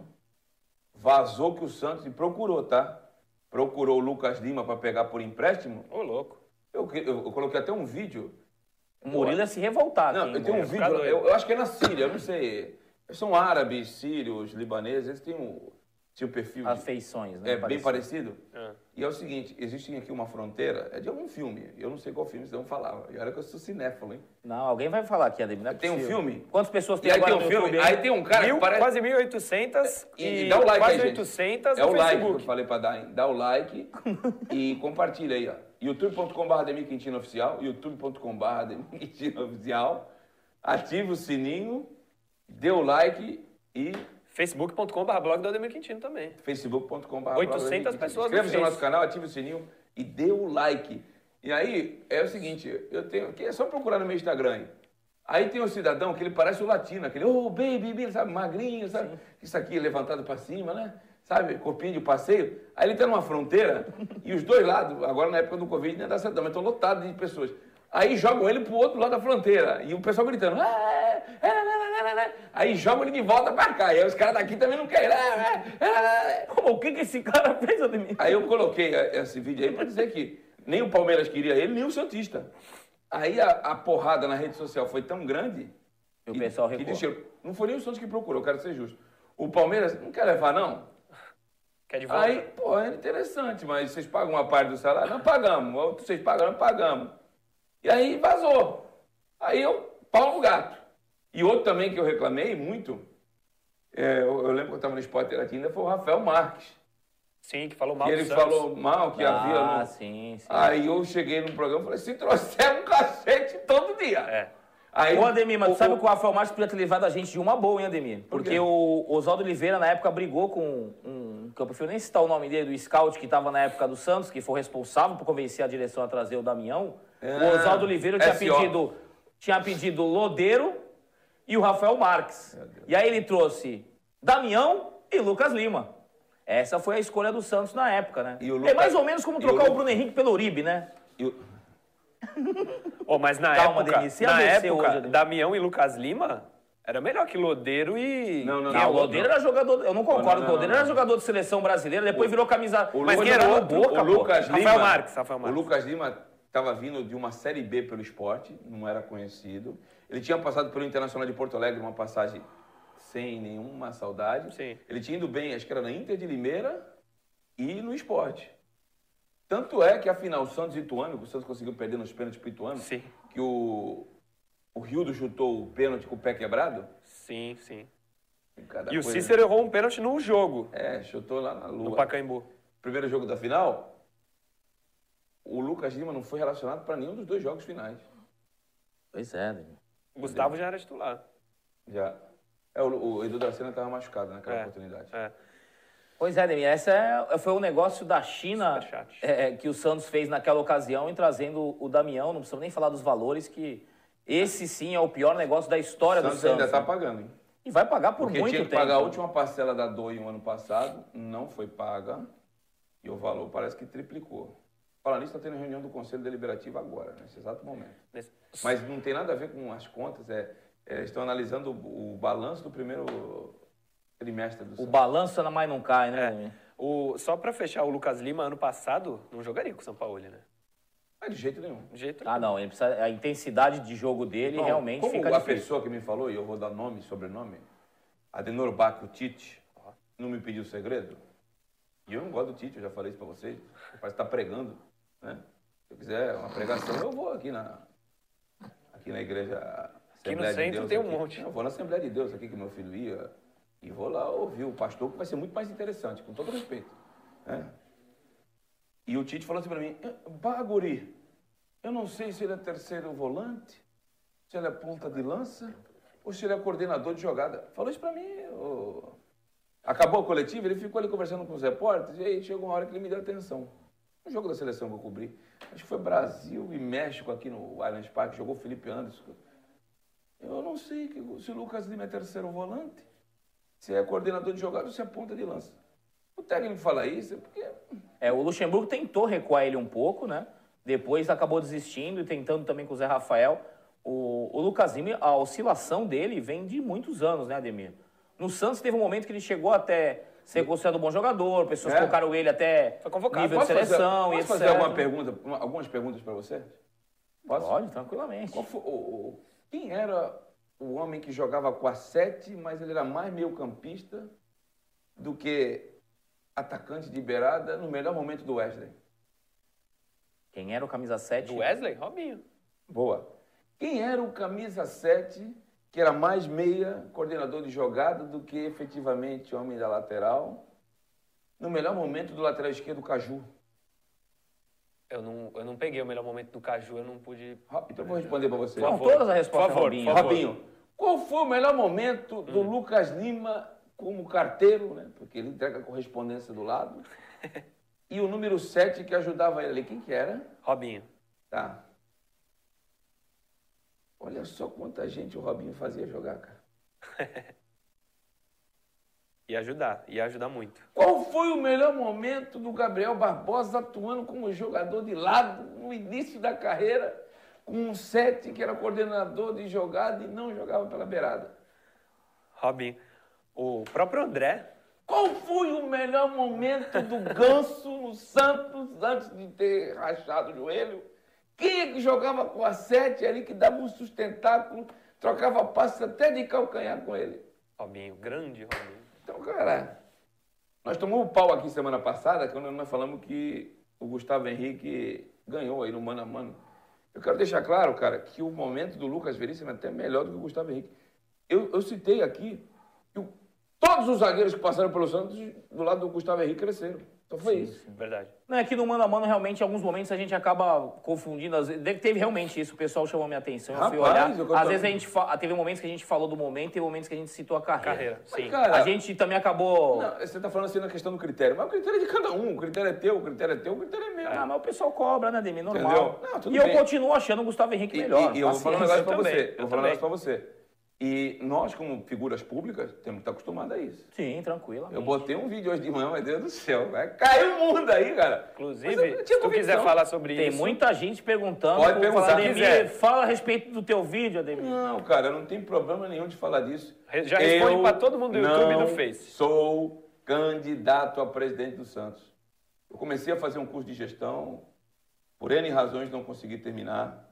Vazou que o Santos, e procurou, tá? Procurou o Lucas Lima para pegar por empréstimo. Ô, louco. Eu coloquei até um vídeo. O Murilo ia se revoltar. Não, eu tenho um vídeo, eu acho que é na Síria, eu não sei. São árabes, sírios, libaneses, eles têm tinha o perfil... As feições, né? Bem parecido. E é o seguinte, existe aqui uma fronteira, é de algum filme, eu não sei qual filme, vocês vão falar. E olha que eu sou cinéfilo, hein? Não, alguém vai falar aqui, Ademir, não é Tem um filme? Quantas pessoas tem aí agora tem um filme, aí tem um cara que parece... Quase 1.800 e dá o like quase aí, gente. 800 é no o like Facebook. que eu falei para dar, hein? Dá o like e compartilha aí, ó. youtube.com/Ademir Quintino Oficial, youtube.com/Ademir Quintino Oficial. Ativa o sininho, dê o like e... Facebook.com/blog do Ademir Quintino também. Facebook.com/blog 800 pessoas no Inscreva-se no nosso canal, ative o sininho e dê o like. E aí, é o seguinte, que é só procurar no meu Instagram. Aí tem um cidadão que ele parece o latino, aquele, baby, sabe, magrinho, sabe? Sim. Isso aqui levantado para cima, né? Sabe, corpinho de passeio. Aí ele tá numa fronteira e os dois lados, agora na época do Covid, nem dá certo, mas estão lotados de pessoas. Aí jogam ele pro outro lado da fronteira. E o pessoal gritando. Aí jogam ele de volta pra cá. E aí os caras daqui também não querem. O que esse cara fez, Ademir? Aí eu coloquei esse vídeo aí pra dizer que Nem o Palmeiras queria ele, nem o Santista. Aí a porrada na rede social foi tão grande... E o pessoal que recuou. não foi nem o Santos que procurou, eu quero ser justo. O Palmeiras não quer levar, não? Quer de volta? Aí, pô, é interessante, mas vocês pagam uma parte do salário? Não pagamos. Vocês pagam? Não pagamos. E aí vazou. Aí pau no gato. E outro também que eu reclamei muito, eu lembro que eu estava no Sport ainda, foi o Rafael Marques. Sim, que falou mal Que do ele Santos. falou mal que havia... Ah, sim. Aí eu cheguei no programa e falei, se trouxer um cacete todo dia. É. Aí, Ô, Ademir, mas tu sabe que o Rafael Marques podia ter levado a gente de uma boa, hein, Ademir? Por quê? Porque o Oswaldo Oliveira, na época, brigou com que eu prefiro nem citar o nome dele, do scout que estava na época do Santos, que foi responsável por convencer a direção a trazer o Damião. O Oswaldo Oliveira tinha pedido Lodeiro e o Rafael Marques. E aí ele trouxe Damião e Lucas Lima. Essa foi a escolha do Santos na época, né? E o É Lucas- mais ou menos como e trocar o o Bruno Henrique pelo Uribe, né? Oh, mas na Calma, época, Ademir, se ADC hoje, Ademir. Damião e Lucas Lima era melhor que Lodeiro e... Não, Não, não, o Lodeiro era jogador. Eu não concordo Não, com o Lodeiro, não. era jogador de seleção brasileira, depois virou camisa. Mas foi quem era jogar no outro? Boca, O pô. Lucas Lima, Rafael Marques. O Lucas Lima estava vindo de uma Série B pelo esporte, não era conhecido. Ele tinha passado pelo Internacional de Porto Alegre, uma passagem sem nenhuma saudade. Sim. Ele tinha ido bem, acho que era na Inter de Limeira e no esporte. Tanto é que a final, o Santos e Ituano, que o Santos conseguiu perder nos pênaltis para o Ituano, Sim. que o Rildo chutou o pênalti com o pé quebrado. Sim, sim. Cada E o coisa. Cícero errou um pênalti no jogo, Chutou lá na lua. no Pacaembu. Primeiro jogo da final, o Lucas Lima não foi relacionado para nenhum dos dois jogos finais. Pois é, Ademir. O Gustavo já era titular. Já. O Edu da Sena estava machucado naquela É. oportunidade. É. Pois é, Ademir, foi um negócio da China Superchat. que o Santos fez naquela ocasião em trazendo o Damião, não precisamos nem falar dos valores, que esse sim é o pior negócio da história do Santos Santos. ainda está né? pagando, hein? E vai pagar por Porque muito tinha que tempo. pagar a última parcela da DOI no ano passado, não foi paga, e o valor parece que triplicou. Falando nisso, está tendo reunião do Conselho Deliberativo agora, nesse exato momento. Mas não tem nada a ver com as contas, estão analisando o balanço do primeiro trimestre do O Santos. balanço na mais não cai, né, Ademir? Só pra fechar, o Lucas Lima, ano passado, não jogaria com o São Paulo, né? Mas de jeito nenhum. De jeito Ah, não, ele precisa, a intensidade de jogo dele Bom, realmente como fica a difícil. pessoa que me falou, e eu vou dar nome e sobrenome, Adenor Baco Tite, não me pediu segredo. E eu não gosto do Tite, eu já falei isso pra vocês. Parece estar pregando, né? Se eu quiser uma pregação, eu vou aqui na igreja Aqui no Assembleia de centro Deus. tem um aqui. monte. Eu vou na Assembleia de Deus aqui que meu filho ia e vou lá ouvir o pastor, que vai ser muito mais interessante, com todo respeito. Né? E o Tite falou assim pra mim, Baguri, eu não sei se ele é terceiro volante, se ele é ponta de lança ou se ele é coordenador de jogada. Falou isso pra mim. Acabou a coletiva, ele ficou ali conversando com os repórteres e aí chegou uma hora que ele me deu atenção. Um jogo da seleção que eu cobri, acho que foi Brasil e México aqui no Allianz Parque, jogou o Felipe Anderson. Eu não sei se o Lucas Lima é terceiro volante, se é coordenador de jogada ou se é ponta de lança. O técnico fala isso porque... O Luxemburgo tentou recuar ele um pouco, né? Depois acabou desistindo e tentando também com o Zé Rafael. O Lucas Lima, a oscilação dele vem de muitos anos, né, Ademir? No Santos teve um momento que ele chegou até ser considerado um bom jogador, pessoas colocaram ele até Foi convocado. nível de seleção e Posso etc. fazer algumas perguntas para você? Posso? Pode, tranquilamente. Qual foi, quem era o homem que jogava com a 7, mas ele era mais meio-campista do que atacante de beirada no melhor momento do Wesley? Quem era o camisa 7? Do Wesley? Robinho. Boa. Quem era o camisa 7 que era mais meia, coordenador de jogada, do que efetivamente homem da lateral, no melhor momento do lateral esquerdo, Caju? Eu não peguei o melhor momento do Caju, eu não pude... Então eu vou responder para você. Por São favor. todas as respostas, Por favor, Robinho. por favor. Robinho, qual foi o melhor momento do Lucas Lima como carteiro, né? Porque ele entrega a correspondência do lado. E o número 7 que ajudava ele ali, quem que era? Robinho. Tá. Olha só quanta gente o Robinho fazia jogar, cara. Ia ajudar muito. Qual foi o melhor momento do Gabriel Barbosa atuando como jogador de lado no início da carreira, com um 7 que era coordenador de jogada e não jogava pela beirada? Robinho. O próprio André Qual foi o melhor momento do Ganso no Santos antes de ter rachado o joelho? Quem é que jogava com a 7 ali, que dava um sustentáculo, trocava passes até de calcanhar com ele? Robinho, grande Robinho. Então, cara, nós tomamos o pau aqui semana passada, quando nós falamos que o Gustavo Henrique ganhou aí no mano a mano. Eu quero deixar claro, cara, que o momento do Lucas Veríssimo é até melhor do que o Gustavo Henrique. Eu citei aqui que todos os zagueiros que passaram pelo Santos, do lado do Gustavo Henrique, cresceram. Então foi isso. Verdade. Não, é que no mano a mano, realmente, em alguns momentos a gente acaba confundindo. Teve realmente isso, o pessoal chamou minha atenção, eu fui olhar. Às vezes a gente teve momentos que a gente falou do momento, teve momentos que a gente citou a carreira. Sim. Mas, cara, a gente também acabou... Não, você está falando assim na questão do critério, mas o critério é de cada um. O critério é teu, o critério é teu, o critério é meu. Ah, mas o pessoal cobra, né, Ademir? Normal. Entendeu? Não, tudo e bem. eu continuo achando o Gustavo Henrique melhor. E eu vou falar um negócio pra também, você. eu Vou falar um negócio pra você. E nós, como figuras públicas, temos que estar acostumados a isso. Sim, tranquilo. Eu botei um vídeo hoje de manhã, meu Deus do céu, vai cair o mundo aí, cara. Inclusive, se tu quiser falar sobre Tem isso... muita gente perguntando. Pode perguntar, Ademir, quiser. fala a respeito do teu vídeo, Ademir. Não, cara, não tem problema nenhum de falar disso. Já responde pra todo mundo do YouTube e do Face. Sou candidato a presidente do Santos. Eu comecei a fazer um curso de gestão, por N razões não consegui terminar.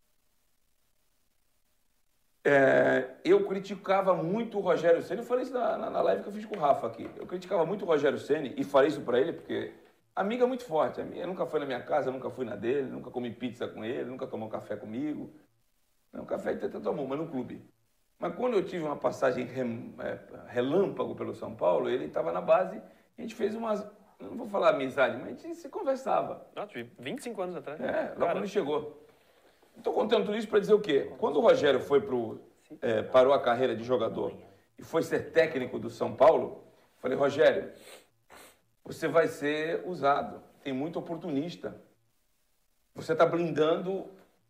Eu criticava muito o Rogério Ceni. Eu falei isso na live que eu fiz com o Rafa aqui. Eu criticava muito o Rogério Ceni e falei isso para ele porque amiga é muito forte. Ele nunca foi na minha casa, nunca fui na dele, nunca comi pizza com ele, nunca tomou café comigo. Não, café ele até tomou, mas no clube. Mas quando eu tive uma passagem relâmpago pelo São Paulo, ele estava na base, a gente fez umas, não vou falar amizade, mas a gente se conversava. Nossa, 25 anos atrás. Logo quando ele chegou. Estou contando tudo isso para dizer o quê? Quando o Rogério parou a carreira de jogador e foi ser técnico do São Paulo, falei, Rogério, você vai ser usado, tem muito oportunista. Você está blindando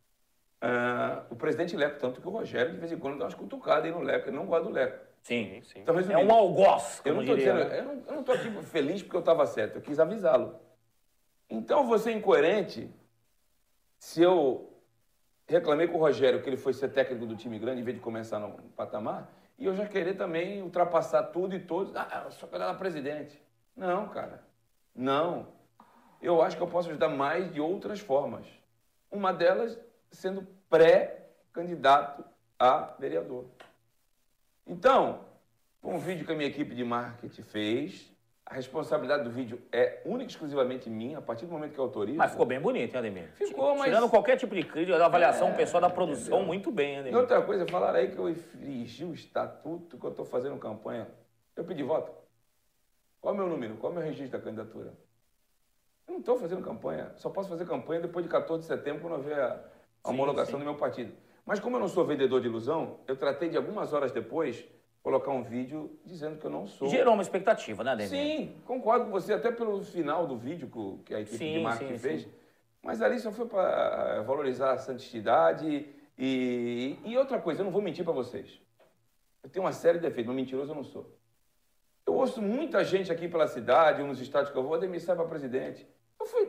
o presidente Leco, tanto que o Rogério de vez em quando dá umas cutucadas aí no Leco, ele não gosta do Leco. Sim. Então, É um algoz, eu como não estou diria. dizendo, eu não estou aqui feliz porque eu estava certo, eu quis avisá-lo. Então, você incoerente, se eu reclamei com o Rogério que ele foi ser técnico do time grande em vez de começar no patamar, e eu já querer também ultrapassar tudo e todos. Só candidato a presidente. Não, cara. Não. Eu acho que eu posso ajudar mais de outras formas. Uma delas sendo pré-candidato a vereador. Então, foi um vídeo que a minha equipe de marketing fez. A responsabilidade do vídeo é única e exclusivamente minha, a partir do momento que eu autorizo. Mas ficou bem bonito, hein, Ademir? Ficou, mas... Tirando qualquer tipo de crítica, da avaliação, o pessoal da produção, entendeu? muito bem, E Ademir. outra coisa, falaram aí que eu infringi o estatuto que eu estou fazendo campanha. Eu pedi voto. Qual é o meu número? Qual é o meu registro da candidatura? Eu não estou fazendo campanha. Só posso fazer campanha depois de 14 de setembro, quando houver a homologação do meu partido. Mas como eu não sou vendedor de ilusão, eu tratei de algumas horas depois colocar um vídeo dizendo que eu não sou. Gerou uma expectativa, né, Ademir? Sim, concordo com você, até pelo final do vídeo que a equipe de marketing fez. Mas ali só foi para valorizar a santidade e outra coisa, eu não vou mentir para vocês. Eu tenho uma série de defeitos, mas mentiroso eu não sou. Eu ouço muita gente aqui pela cidade, ou nos estádios que eu vou, Ademir, sai para presidente. Eu fui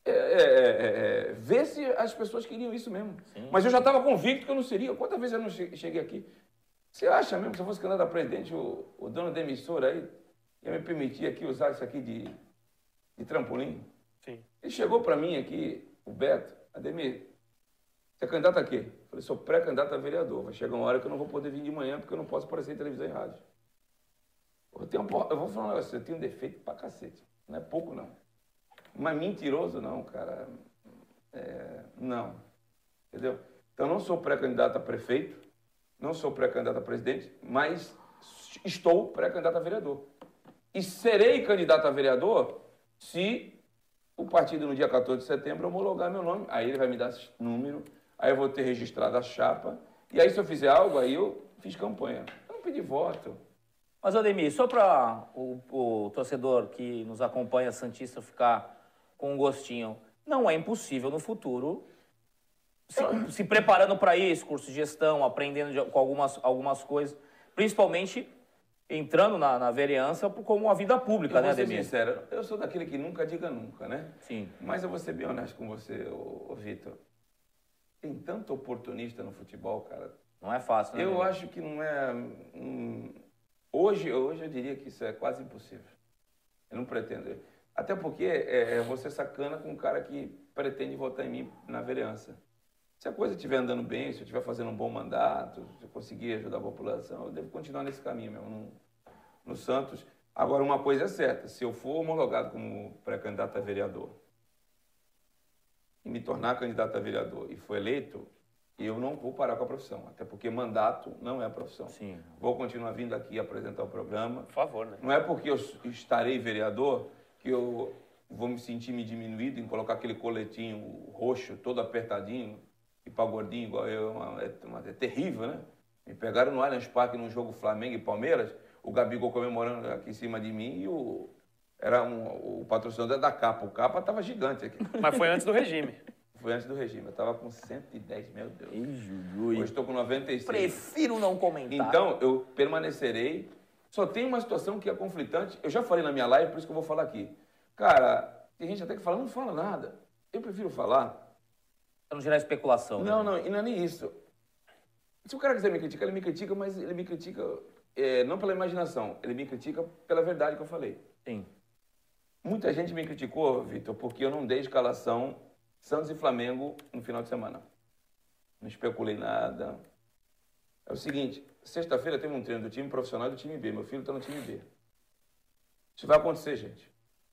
ver se as pessoas queriam isso mesmo. Sim. Mas eu já estava convicto que eu não seria. Quantas vezes eu não cheguei aqui? Você acha mesmo que se eu fosse candidato a presidente, o dono da emissora aí ia me permitir aqui usar isso aqui de trampolim? Sim. Ele chegou para mim aqui, o Beto, Ademir, você é candidato a quê? Eu falei, sou pré-candidato a vereador. Vai chegar uma hora que eu não vou poder vir de manhã porque eu não posso aparecer em televisão e rádio. Eu vou falar um negócio, eu tenho um defeito pra cacete. Não é pouco, não. Mas mentiroso, não, cara. Não. Entendeu? Então, eu não sou pré-candidato a prefeito, não sou pré-candidato a presidente, mas estou pré-candidato a vereador. E serei candidato a vereador se o partido, no dia 14 de setembro, homologar meu nome. Aí ele vai me dar esse número, aí eu vou ter registrado a chapa, e aí se eu fizer algo, aí eu fiz campanha. Eu não pedi voto. Mas, Ademir, só para o torcedor que nos acompanha, Santista, ficar com um gostinho, não é impossível no futuro, se preparando para isso, curso de gestão, aprendendo com algumas coisas, principalmente entrando na vereança como uma vida pública, né, Ademir? Eu vou ser sincero, eu sou daquele que nunca diga nunca, né? Sim. Mas eu vou ser bem honesto com você, ô Vitor. Tem tanto oportunista no futebol, cara. Não é fácil, né? Eu Ademir? acho que não é... Hoje eu diria que isso é quase impossível. Eu não pretendo. Até porque você sacana com um cara que pretende votar em mim na vereança. Se a coisa estiver andando bem, se eu estiver fazendo um bom mandato, se eu conseguir ajudar a população, eu devo continuar nesse caminho mesmo, no Santos. Agora, uma coisa é certa, se eu for homologado como pré-candidato a vereador e me tornar candidato a vereador e for eleito, eu não vou parar com a profissão, até porque mandato não é a profissão. Sim. Vou continuar vindo aqui apresentar o programa. Por favor, né? Não é porque eu estarei vereador que eu vou me sentir me diminuído em colocar aquele coletinho roxo, todo apertadinho, e para gordinho igual eu. É terrível, né? Me pegaram no Allianz Parque num jogo Flamengo e Palmeiras, o Gabigol comemorando aqui em cima de mim e o patrocinador da Capa. O Capa estava gigante aqui. Mas foi antes do regime. Foi antes do regime. Eu estava com 110, meu Deus. Ih, Hoje estou com 96. Prefiro não comentar. Então, eu permanecerei. Só tem uma situação que é conflitante. Eu já falei na minha live, por isso que eu vou falar aqui. Cara, tem gente até que fala, não fala nada. Eu prefiro falar. Para não gerar especulação. Não, né? não, e não é nem isso. Se o cara quiser me criticar, ele me critica, mas ele me critica não pela imaginação, ele me critica pela verdade que eu falei. Sim. Muita gente me criticou, Vitor, porque eu não dei escalação Santos e Flamengo no final de semana. Não especulei nada. É o seguinte, sexta-feira tem um treino do time profissional e do time B. Meu filho está no time B. Isso vai acontecer, gente.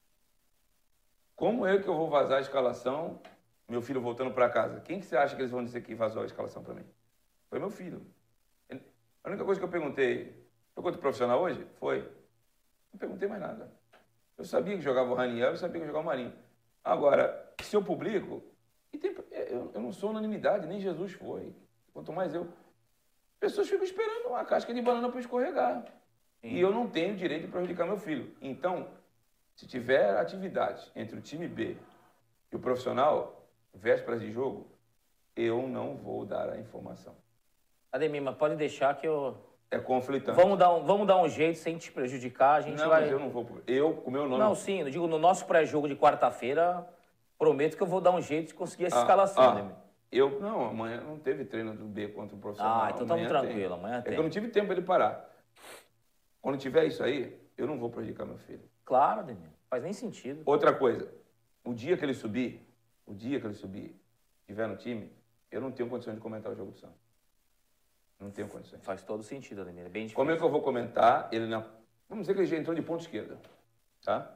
Como é que eu vou vazar a escalação, meu filho voltando para casa? Quem que você acha que eles vão dizer que vazou a escalação para mim? Foi meu filho. A única coisa que eu perguntei, foi contra o profissional hoje? Foi. Não perguntei mais nada. Eu sabia que jogava o Raniel, eu sabia que jogava o Marinho. Agora, se eu publico, eu não sou unanimidade, nem Jesus foi. Quanto mais eu. As pessoas ficam esperando uma casca de banana para escorregar. Sim. E eu não tenho direito de prejudicar meu filho. Então, se tiver atividade entre o time B e o profissional, vésperas de jogo, eu não vou dar a informação. Ademir, mas pode deixar que eu... É conflitante. Vamos dar um jeito sem te prejudicar, a gente não, vai... Mas eu não vou... Eu, com o meu nome... Não, sim, eu digo, no nosso pré-jogo de quarta-feira, prometo que eu vou dar um jeito de conseguir essa escalação, Ademir. Não, amanhã não teve treino do B contra o profissional. Ah, então estamos tranquilos, amanhã tem. É que eu não tive tempo para ele parar. Quando tiver isso aí, eu não vou prejudicar meu filho. Claro, Ademir, faz nem sentido. Outra coisa, o dia que ele subir, estiver no time, eu não tenho condições de comentar o jogo do Santos. Não tenho condições. Faz todo sentido, Ademir, é bem difícil. Como é que eu vou comentar ele na... Vamos dizer que ele já entrou de ponta esquerda, tá?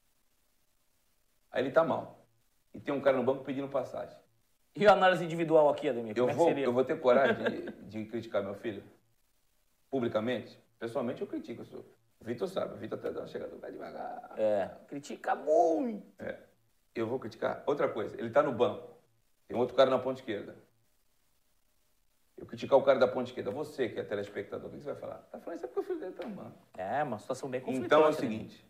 Aí ele tá mal. E tem um cara no banco pedindo passagem. E a análise individual aqui, Ademir? Eu vou ter coragem de criticar meu filho? Publicamente? Pessoalmente eu critico. O Vitor sabe, o Vitor até dá uma chegada devagar. Critica muito. Eu vou criticar. Outra coisa, ele tá no banco. Tem outro cara na ponta esquerda. Eu criticar o cara da ponta esquerda, você que é telespectador, o que você vai falar? Tá falando isso é porque o filho dele tá no banco. É, uma situação bem conflitante. Então é o seguinte,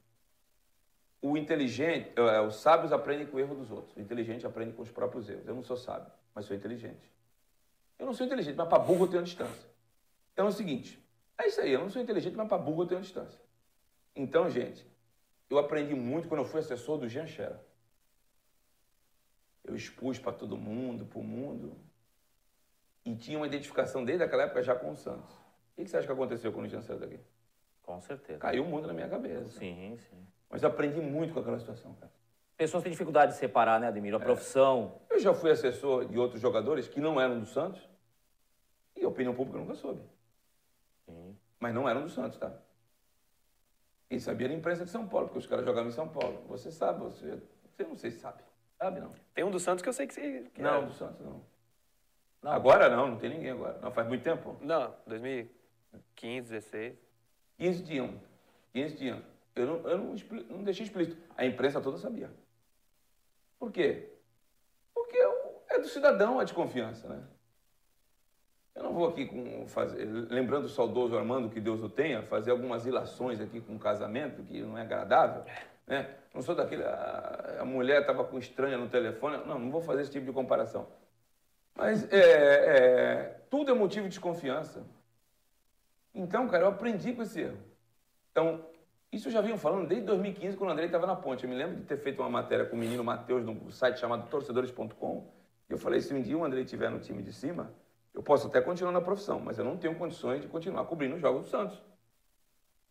o inteligente, os sábios aprendem com o erro dos outros, o inteligente aprende com os próprios erros. Eu não sou sábio, mas sou inteligente. Eu não sou inteligente, mas para burro eu tenho distância. Então é o seguinte, é isso aí, eu não sou inteligente, mas para burro eu tenho distância. Então, gente, eu aprendi muito quando eu fui assessor do Jean Scherer. Eu expus para todo mundo, para o mundo, e tinha uma identificação desde aquela época já com o Santos. O que você acha que aconteceu quando o Jean saiu daqui? Com certeza. Caiu o mundo na minha cabeça. Sim, sim. Mas eu aprendi muito com aquela situação, cara. Pessoas têm dificuldade de separar, né, Ademir? A profissão. Eu já fui assessor de outros jogadores que não eram do Santos e a opinião pública nunca soube. Sim. Mas não eram do Santos, tá? E sabia da imprensa de São Paulo, porque os caras jogavam em São Paulo. Você sabe, você não sei se sabe. Sabe, não? Tem um do Santos que eu sei que você... Não, do Santos não. Agora não tem ninguém agora. Não, faz muito tempo? Não, 2015, 16. 15 dias. Eu não deixei explícito. A imprensa toda sabia. Por quê? Porque é do cidadão a desconfiança, né? Eu não vou aqui lembrando o saudoso Armando, que Deus o tenha, fazer algumas ilações aqui com um casamento que não é agradável, né? Não sou daquele... A mulher estava com estranha no telefone. Não vou fazer esse tipo de comparação. Mas tudo é motivo de desconfiança. Então, cara, eu aprendi com esse erro. Então, isso eu já vinha falando desde 2015, quando o Andrei estava na Ponte. Eu me lembro de ter feito uma matéria com o menino Matheus no site chamado torcedores.com. E eu falei, se um dia o Andrei estiver no time de cima, eu posso até continuar na profissão, mas eu não tenho condições de continuar cobrindo os jogos do Santos.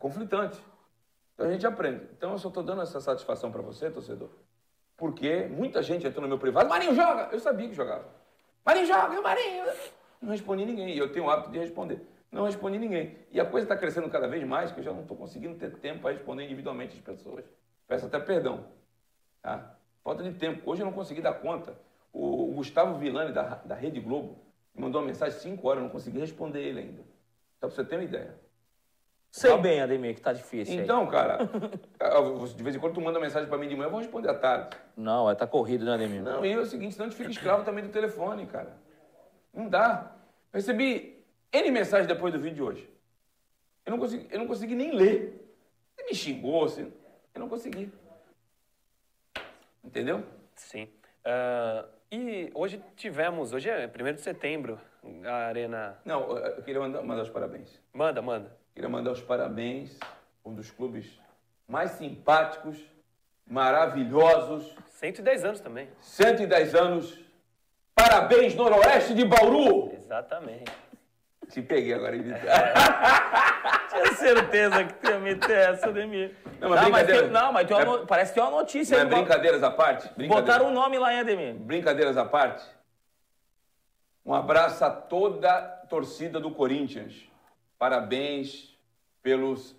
conflitante. Então a gente aprende. Então eu só estou dando essa satisfação para você, torcedor, porque muita gente entrou no meu privado, Marinho joga! Eu sabia que jogava. Marinho joga, Marinho! Não respondi ninguém, e eu tenho o hábito de responder. Não respondi ninguém. E a coisa está crescendo cada vez mais, que eu já não estou conseguindo ter tempo para responder individualmente as pessoas. Peço até perdão. Tá? Falta de tempo. Hoje eu não consegui dar conta. O Gustavo Villani, da Rede Globo, me mandou uma mensagem às 5 horas, eu não consegui responder ele ainda. Só para você ter uma ideia. Sei bem, Ademir, que tá difícil então, cara, de vez em quando tu manda mensagem para mim de manhã, eu vou responder à tarde. Não, tá corrido, né, Ademir? Não, e é o seguinte, senão a gente fica escravo também do telefone, cara. Não dá. Eu recebi N mensagens depois do vídeo de hoje. Eu não consegui nem ler. Você me xingou, assim. Eu não consegui. Entendeu? Sim. E hoje é 1º de setembro, a Arena... Não, eu queria mandar os parabéns. Manda. Queria mandar os parabéns, um dos clubes mais simpáticos, maravilhosos. 110 anos também. 110 anos. Parabéns, Noroeste de Bauru! Exatamente. Te peguei agora, hein? Tinha certeza que tu ia meter essa, Ademir. Mas parece que tem uma notícia aí. Brincadeiras à parte? Botaram o nome lá, hein, Ademir? Brincadeiras à parte. Um abraço a toda a torcida do Corinthians. Parabéns pelos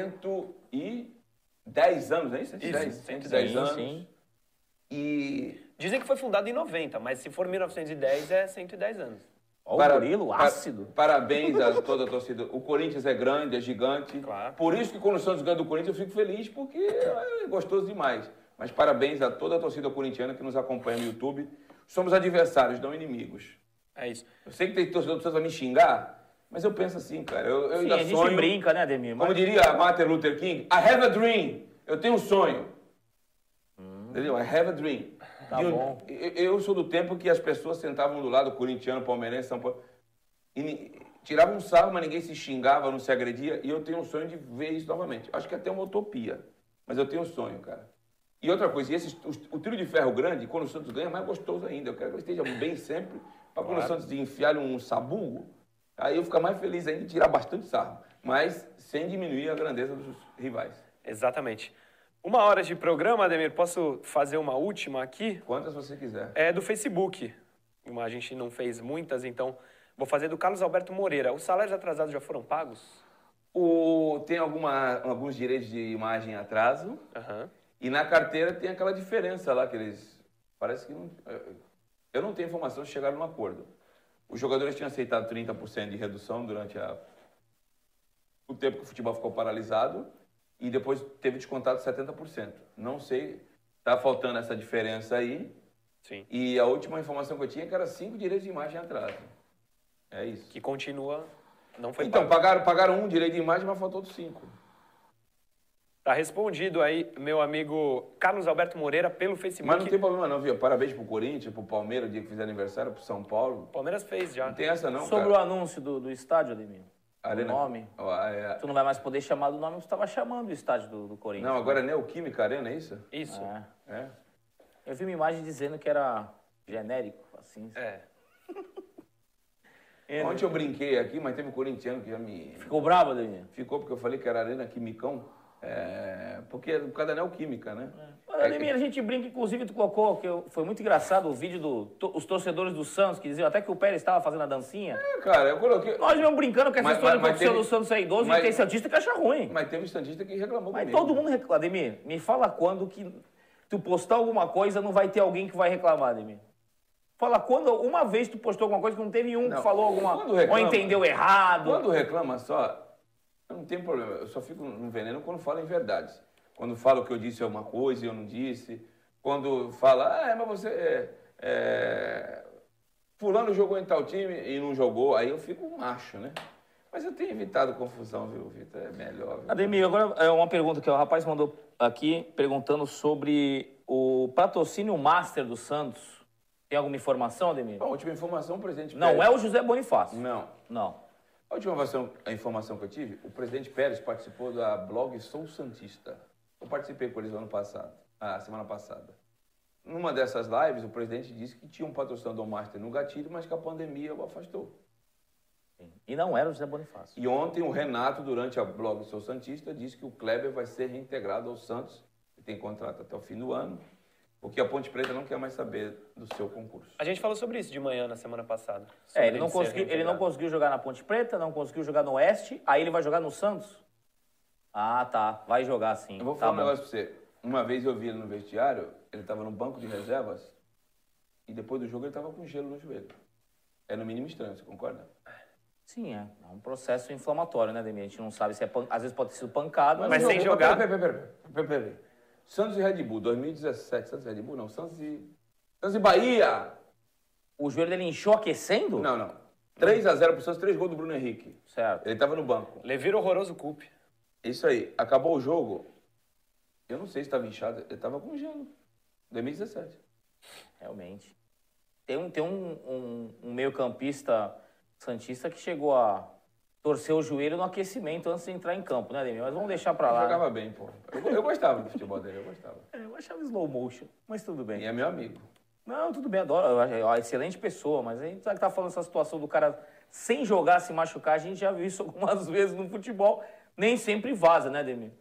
110 anos, não é isso? 110 anos. Sim. E... Dizem que foi fundado em 90, mas se for 1910 é 110 anos. Olha o Murilo, ácido. Parabéns a toda a torcida. O Corinthians é grande, é gigante. Claro. Por isso que quando o Santos ganha do Corinthians eu fico feliz, porque é gostoso demais. Mas parabéns a toda a torcida corintiana que nos acompanha no YouTube. Somos adversários, não inimigos. É isso. Eu sei que tem torcedor do Santos vai me xingar, mas eu penso assim, cara. Eu ainda a gente sonho, brinca, né, Ademir? Como diria Martin Luther King, I have a dream. Eu tenho um sonho. Entendeu? I have a dream. Tá bom. Eu sou do tempo que as pessoas sentavam do lado corintiano, palmeirense, São Paulo, e tiravam um sarro, mas ninguém se xingava, não se agredia. E eu tenho um sonho de ver isso novamente. Acho que é até uma utopia, mas eu tenho um sonho, cara. E outra coisa, o trio de ferro grande, quando o Santos ganha, é mais gostoso ainda. Eu quero que ele esteja bem sempre, para quando o Santos enfiar um sabugo, aí eu ficar mais feliz ainda de tirar bastante sarro, mas sem diminuir a grandeza dos rivais. Exatamente. 1 hora de programa, Ademir, posso fazer uma última aqui? Quantas você quiser. É do Facebook. A gente não fez muitas, então vou fazer do Carlos Alberto Moreira. Os salários atrasados já foram pagos? Tem alguns direitos de imagem em atraso. E na carteira tem aquela diferença lá que eles... Parece que não... Eu não tenho informação se chegaram num acordo. Os jogadores tinham aceitado 30% de redução durante o tempo que o futebol ficou paralisado e depois teve descontado 70%. Não sei, tá faltando essa diferença aí. Sim. E a última informação que eu tinha é que era 5 direitos de imagem em atraso. É isso. Que continua... Não foi então, pago. pagaram um direito de imagem, mas faltou outros 5. Tá respondido aí, meu amigo Carlos Alberto Moreira, pelo Facebook. Mas não tem problema não, viu? Parabéns pro Corinthians, pro Palmeiras, o dia que fizer aniversário, pro São Paulo. O Palmeiras fez já. Não tem essa não, Sobre cara. o anúncio do estádio, Ademir. Arena... O nome. Tu não vai mais poder chamar do nome que tu estava chamando o estádio do Corinthians. Não, agora é Neoquímica Arena, é isso? Isso. É. Eu vi uma imagem dizendo que era genérico, assim. Ontem eu brinquei aqui, mas teve um corintiano que já me... Ficou bravo, Ademir? Ficou porque eu falei que era Arena Quimicão. Porque é por causa da Neoquímica, né? Ademir, a gente brinca, inclusive tu colocou, foi muito engraçado o vídeo dos torcedores do Santos, que diziam até que o Pérez estava fazendo a dancinha. Cara, eu coloquei... Nós mesmo brincando com essa história que aconteceu do Santos é idoso e tem santista que acha ruim. Mas teve um santista que reclamou comigo. Mas todo mundo reclama. Ademir, me fala quando que tu postar alguma coisa não vai ter alguém que vai reclamar, Ademir. Fala quando uma vez tu postou alguma coisa que não teve que falou alguma... ou entendeu errado. Quando reclama só... Não tem problema, eu só fico no veneno quando falo em verdades. Quando falo que eu disse uma coisa e eu não disse. Quando fala, mas você... Fulano jogou em tal time e não jogou, aí eu fico macho, né? Mas eu tenho evitado confusão, viu, Vitor? É melhor. Viu? Ademir, agora é uma pergunta que o rapaz mandou aqui, perguntando sobre o patrocínio master do Santos. Tem alguma informação, Ademir? A última informação, o presidente Não, Pérez... é o José Bonifácio. Não. A última informação que eu tive, o presidente Pérez participou da blog Sou Santista. Eu participei com eles semana passada. Numa dessas lives, o presidente disse que tinha um patrocinador master no gatilho, mas que a pandemia o afastou. E não era o José Bonifácio. E ontem o Renato, durante a blog Sou Santista, disse que o Kleber vai ser reintegrado ao Santos, que tem contrato até o fim do ano, porque a Ponte Preta não quer mais saber do seu concurso. A gente falou sobre isso de manhã na semana passada. Ele não conseguiu jogar na Ponte Preta, não conseguiu jogar no Oeste, aí ele vai jogar no Santos? Ah, tá. Vai jogar sim. Eu vou falar um negócio pra você. Uma vez eu vi ele no vestiário, ele estava no banco de reservas, e depois do jogo ele estava com gelo no joelho. É no mínimo estranho, você concorda? Sim, é um processo inflamatório, né, Ademir? A gente não sabe se às vezes pode ter sido pancado. Mas sem jogar... Peraí. Santos e Red Bull, 2017. Santos e Red Bull? Não, Santos e Bahia! O joelho dele inchou aquecendo? Não. 3-0 pro Santos, 3 gols do Bruno Henrique. Certo. Ele estava no banco. Levira horroroso Coupe. Isso aí. Acabou o jogo. Eu não sei se estava inchado. Ele estava com gelo. 2017. Realmente. Tem um meio-campista santista que chegou a torcer o joelho no aquecimento antes de entrar em campo, né, Ademir? Mas vamos deixar pra lá. Ele jogava bem, pô. Eu gostava do futebol dele, eu gostava. Eu achava slow motion, mas tudo bem. E é meu amigo. Não, tudo bem, adoro. É uma excelente pessoa, mas a gente tá falando essa situação do cara sem jogar, se machucar, a gente já viu isso algumas vezes no futebol. Nem sempre vaza, né, Ademir?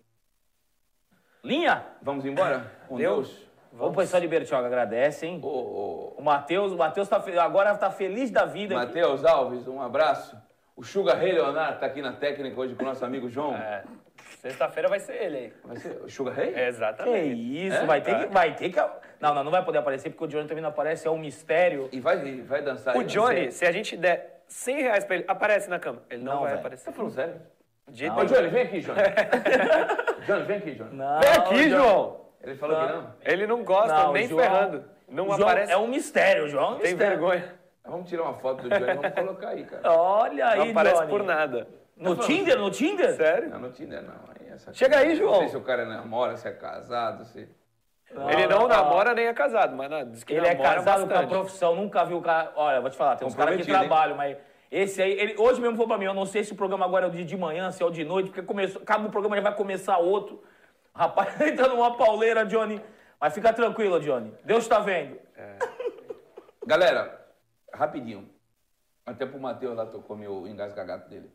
Linha? Vamos embora? Com Deus? O pessoal de Bertioga agradece, hein? O Matheus agora tá feliz da vida. Matheus Alves, um abraço. O Sugar Ray Leonardo tá aqui na técnica hoje com o nosso amigo João. Sexta-feira vai ser ele aí. Vai ser o Sugar Ray? Exatamente. Que isso, vai ter que... Não vai poder aparecer, porque o Johnny também não aparece, é um mistério. E vai dançar aí. O Johnny, se a gente der R$100 pra ele, aparece na cama. Ele não vai aparecer. Tá falando sério? Não. Ô, Johnny, vem aqui, Johnny. Johnny, vem aqui, Johnny. Não, Vem aqui, João. Ele falou que não. Ele não gosta, nem João, ferrando. Não o João aparece. é um mistério, João. É um Tem mistério. vergonha. Vamos tirar uma foto do Johnny e vamos colocar aí, cara. Olha aí, Não aparece Johnny. por nada. No Tinder? No Tinder? Sério? Não, no Tinder não. Aí Chega aí, João. Não sei se o cara namora, se é casado, se... Ele não namora nem é casado, mas diz que Ele é namora casado com a bastante. profissão, nunca viu o cara... Olha, vou te falar, tem uns caras que trabalham, mas... Esse aí, ele hoje mesmo falou pra mim, eu não sei se o programa agora é o dia de manhã, se é o de noite, porque acaba o programa, já vai começar outro. Rapaz, entra numa pauleira, Johnny. Mas fica tranquilo, Johnny. Deus tá vendo. Galera, rapidinho. Até pro Matheus lá comer o engasgagato dele.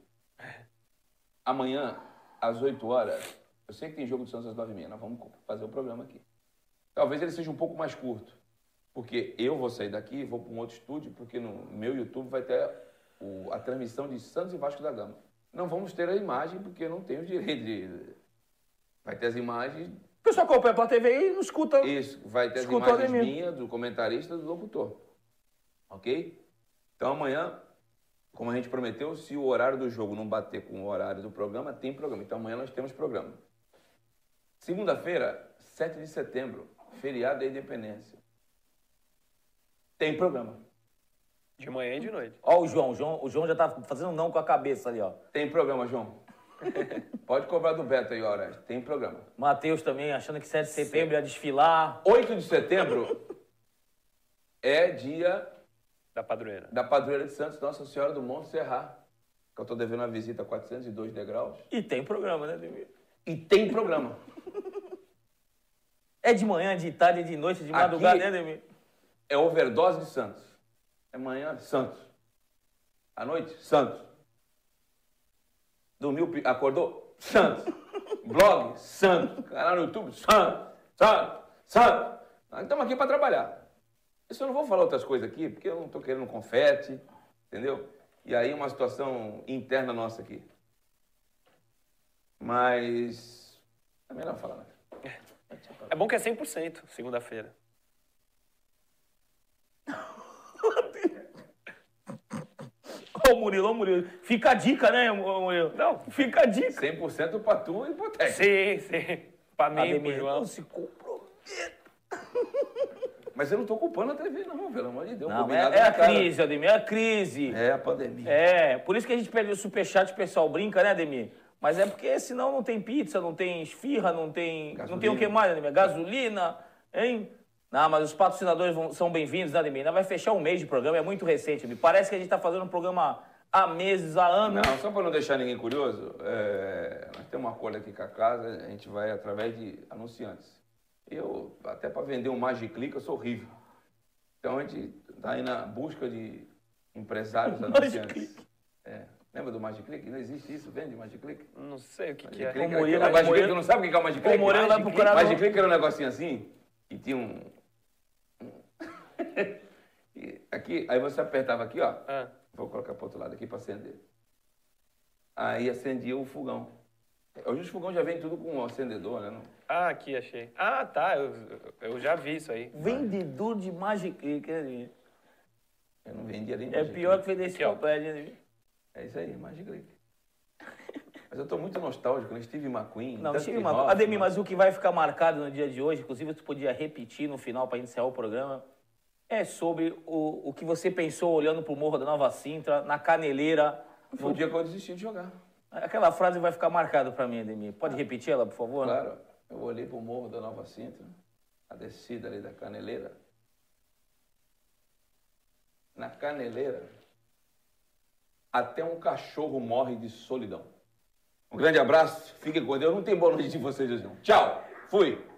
Amanhã, às 8 horas, eu sei que tem jogo do Santos às 9h30, nós vamos fazer o programa aqui. Talvez ele seja um pouco mais curto, porque eu vou sair daqui e vou para um outro estúdio, porque no meu YouTube vai ter a transmissão de Santos e Vasco da Gama. Não vamos ter a imagem, porque não tenho o direito de... Vai ter as imagens... O pessoal acompanha pela TV e não escuta. Isso, vai ter as Escuta imagens Ademir. minhas, do comentarista, do locutor. Ok? Então amanhã, como a gente prometeu, se o horário do jogo não bater com o horário do programa, tem programa. Então amanhã nós temos programa. Segunda-feira, 7 de setembro, feriado da Independência. Tem programa. De manhã e de noite. Ó o João já tá fazendo não com a cabeça ali, ó. Tem programa, João. Pode cobrar do Beto aí, horas. Tem programa. Matheus também, achando que 7 de setembro ia desfilar. 8 de setembro é dia Da padroeira. da padroeira de Santos, Nossa Senhora do Monte Serra. Que eu tô devendo uma visita a 402 degraus. E tem programa, né, Ademir? E tem programa. É de manhã, de tarde, de noite, de madrugada, né, Ademir? É overdose de Santos. É manhã, Santos. À noite, Santos. Dormiu, acordou, Santos. Blog, Santos. Canal no YouTube, Santos. Nós estamos aqui para trabalhar. Isso eu não vou falar outras coisas aqui, porque eu não estou querendo confete, entendeu? E aí uma situação interna nossa aqui. Mas é melhor falar, né? É bom que é 100%, segunda-feira. Ô, Murilo. Fica a dica, né, Murilo? Não, fica a dica. 100% para tu e para o técnico. Sim. Pra mim, pro Ademir, João. não se comprometa. Mas eu não estou culpando a TV, não, pelo amor de Deus. Não, Combinado é na a cara. crise, Ademir, é a crise. É a pandemia. É, por isso que a gente pede o superchat, o pessoal brinca, né, Ademir? Mas é porque senão não tem pizza, não tem esfirra, não tem o que mais, Ademir? Gasolina, hein? Não, mas os patrocinadores são bem-vindos, né, Ademir? Ainda vai fechar um mês de programa, é muito recente, Ademir. Parece que a gente está fazendo um programa há meses, há anos. Não, só para não deixar ninguém curioso, nós temos um acordo aqui com a casa, a gente vai através de anunciantes. Eu, até para vender um Magiclick, eu sou horrível. Então a gente está aí na busca de empresários anunciantes. Magiclick? Não existe isso, vende Magiclick? Não sei o que é. Magiclick, não sabe o que é o Magiclick? O Moreno vai procurar... Magiclick era um negocinho assim, e tinha um... aqui, aí você apertava aqui, ó. Vou colocar para o outro lado aqui para acender. Aí acendia o fogão. Hoje os fogão já vem tudo com um acendedor, né? Não? Ah, aqui, achei. Ah, tá, eu já vi isso aí. Vendedor de Magiclick, né? Eu não vendia nem É pior que vender enciclopédia, né? É isso aí, Magiclick. Mas eu tô muito nostálgico, né? Steve McQueen. Não, Steve McQueen. Ademir, mas o que vai ficar marcado no dia de hoje, inclusive você podia repetir no final para encerrar o programa, é sobre o que você pensou olhando pro Morro da Nova Sintra, na Caneleira. Foi o dia que eu desisti de jogar. Aquela frase vai ficar marcada para mim, Ademir. Pode repetir ela, por favor? Claro. Eu olhei pro Morro da Nova Sintra, a descida ali da Caneleira. Na Caneleira, até um cachorro morre de solidão. Um grande abraço, fiquem com Deus. Não tem boa noite de vocês, não. Tchau, fui.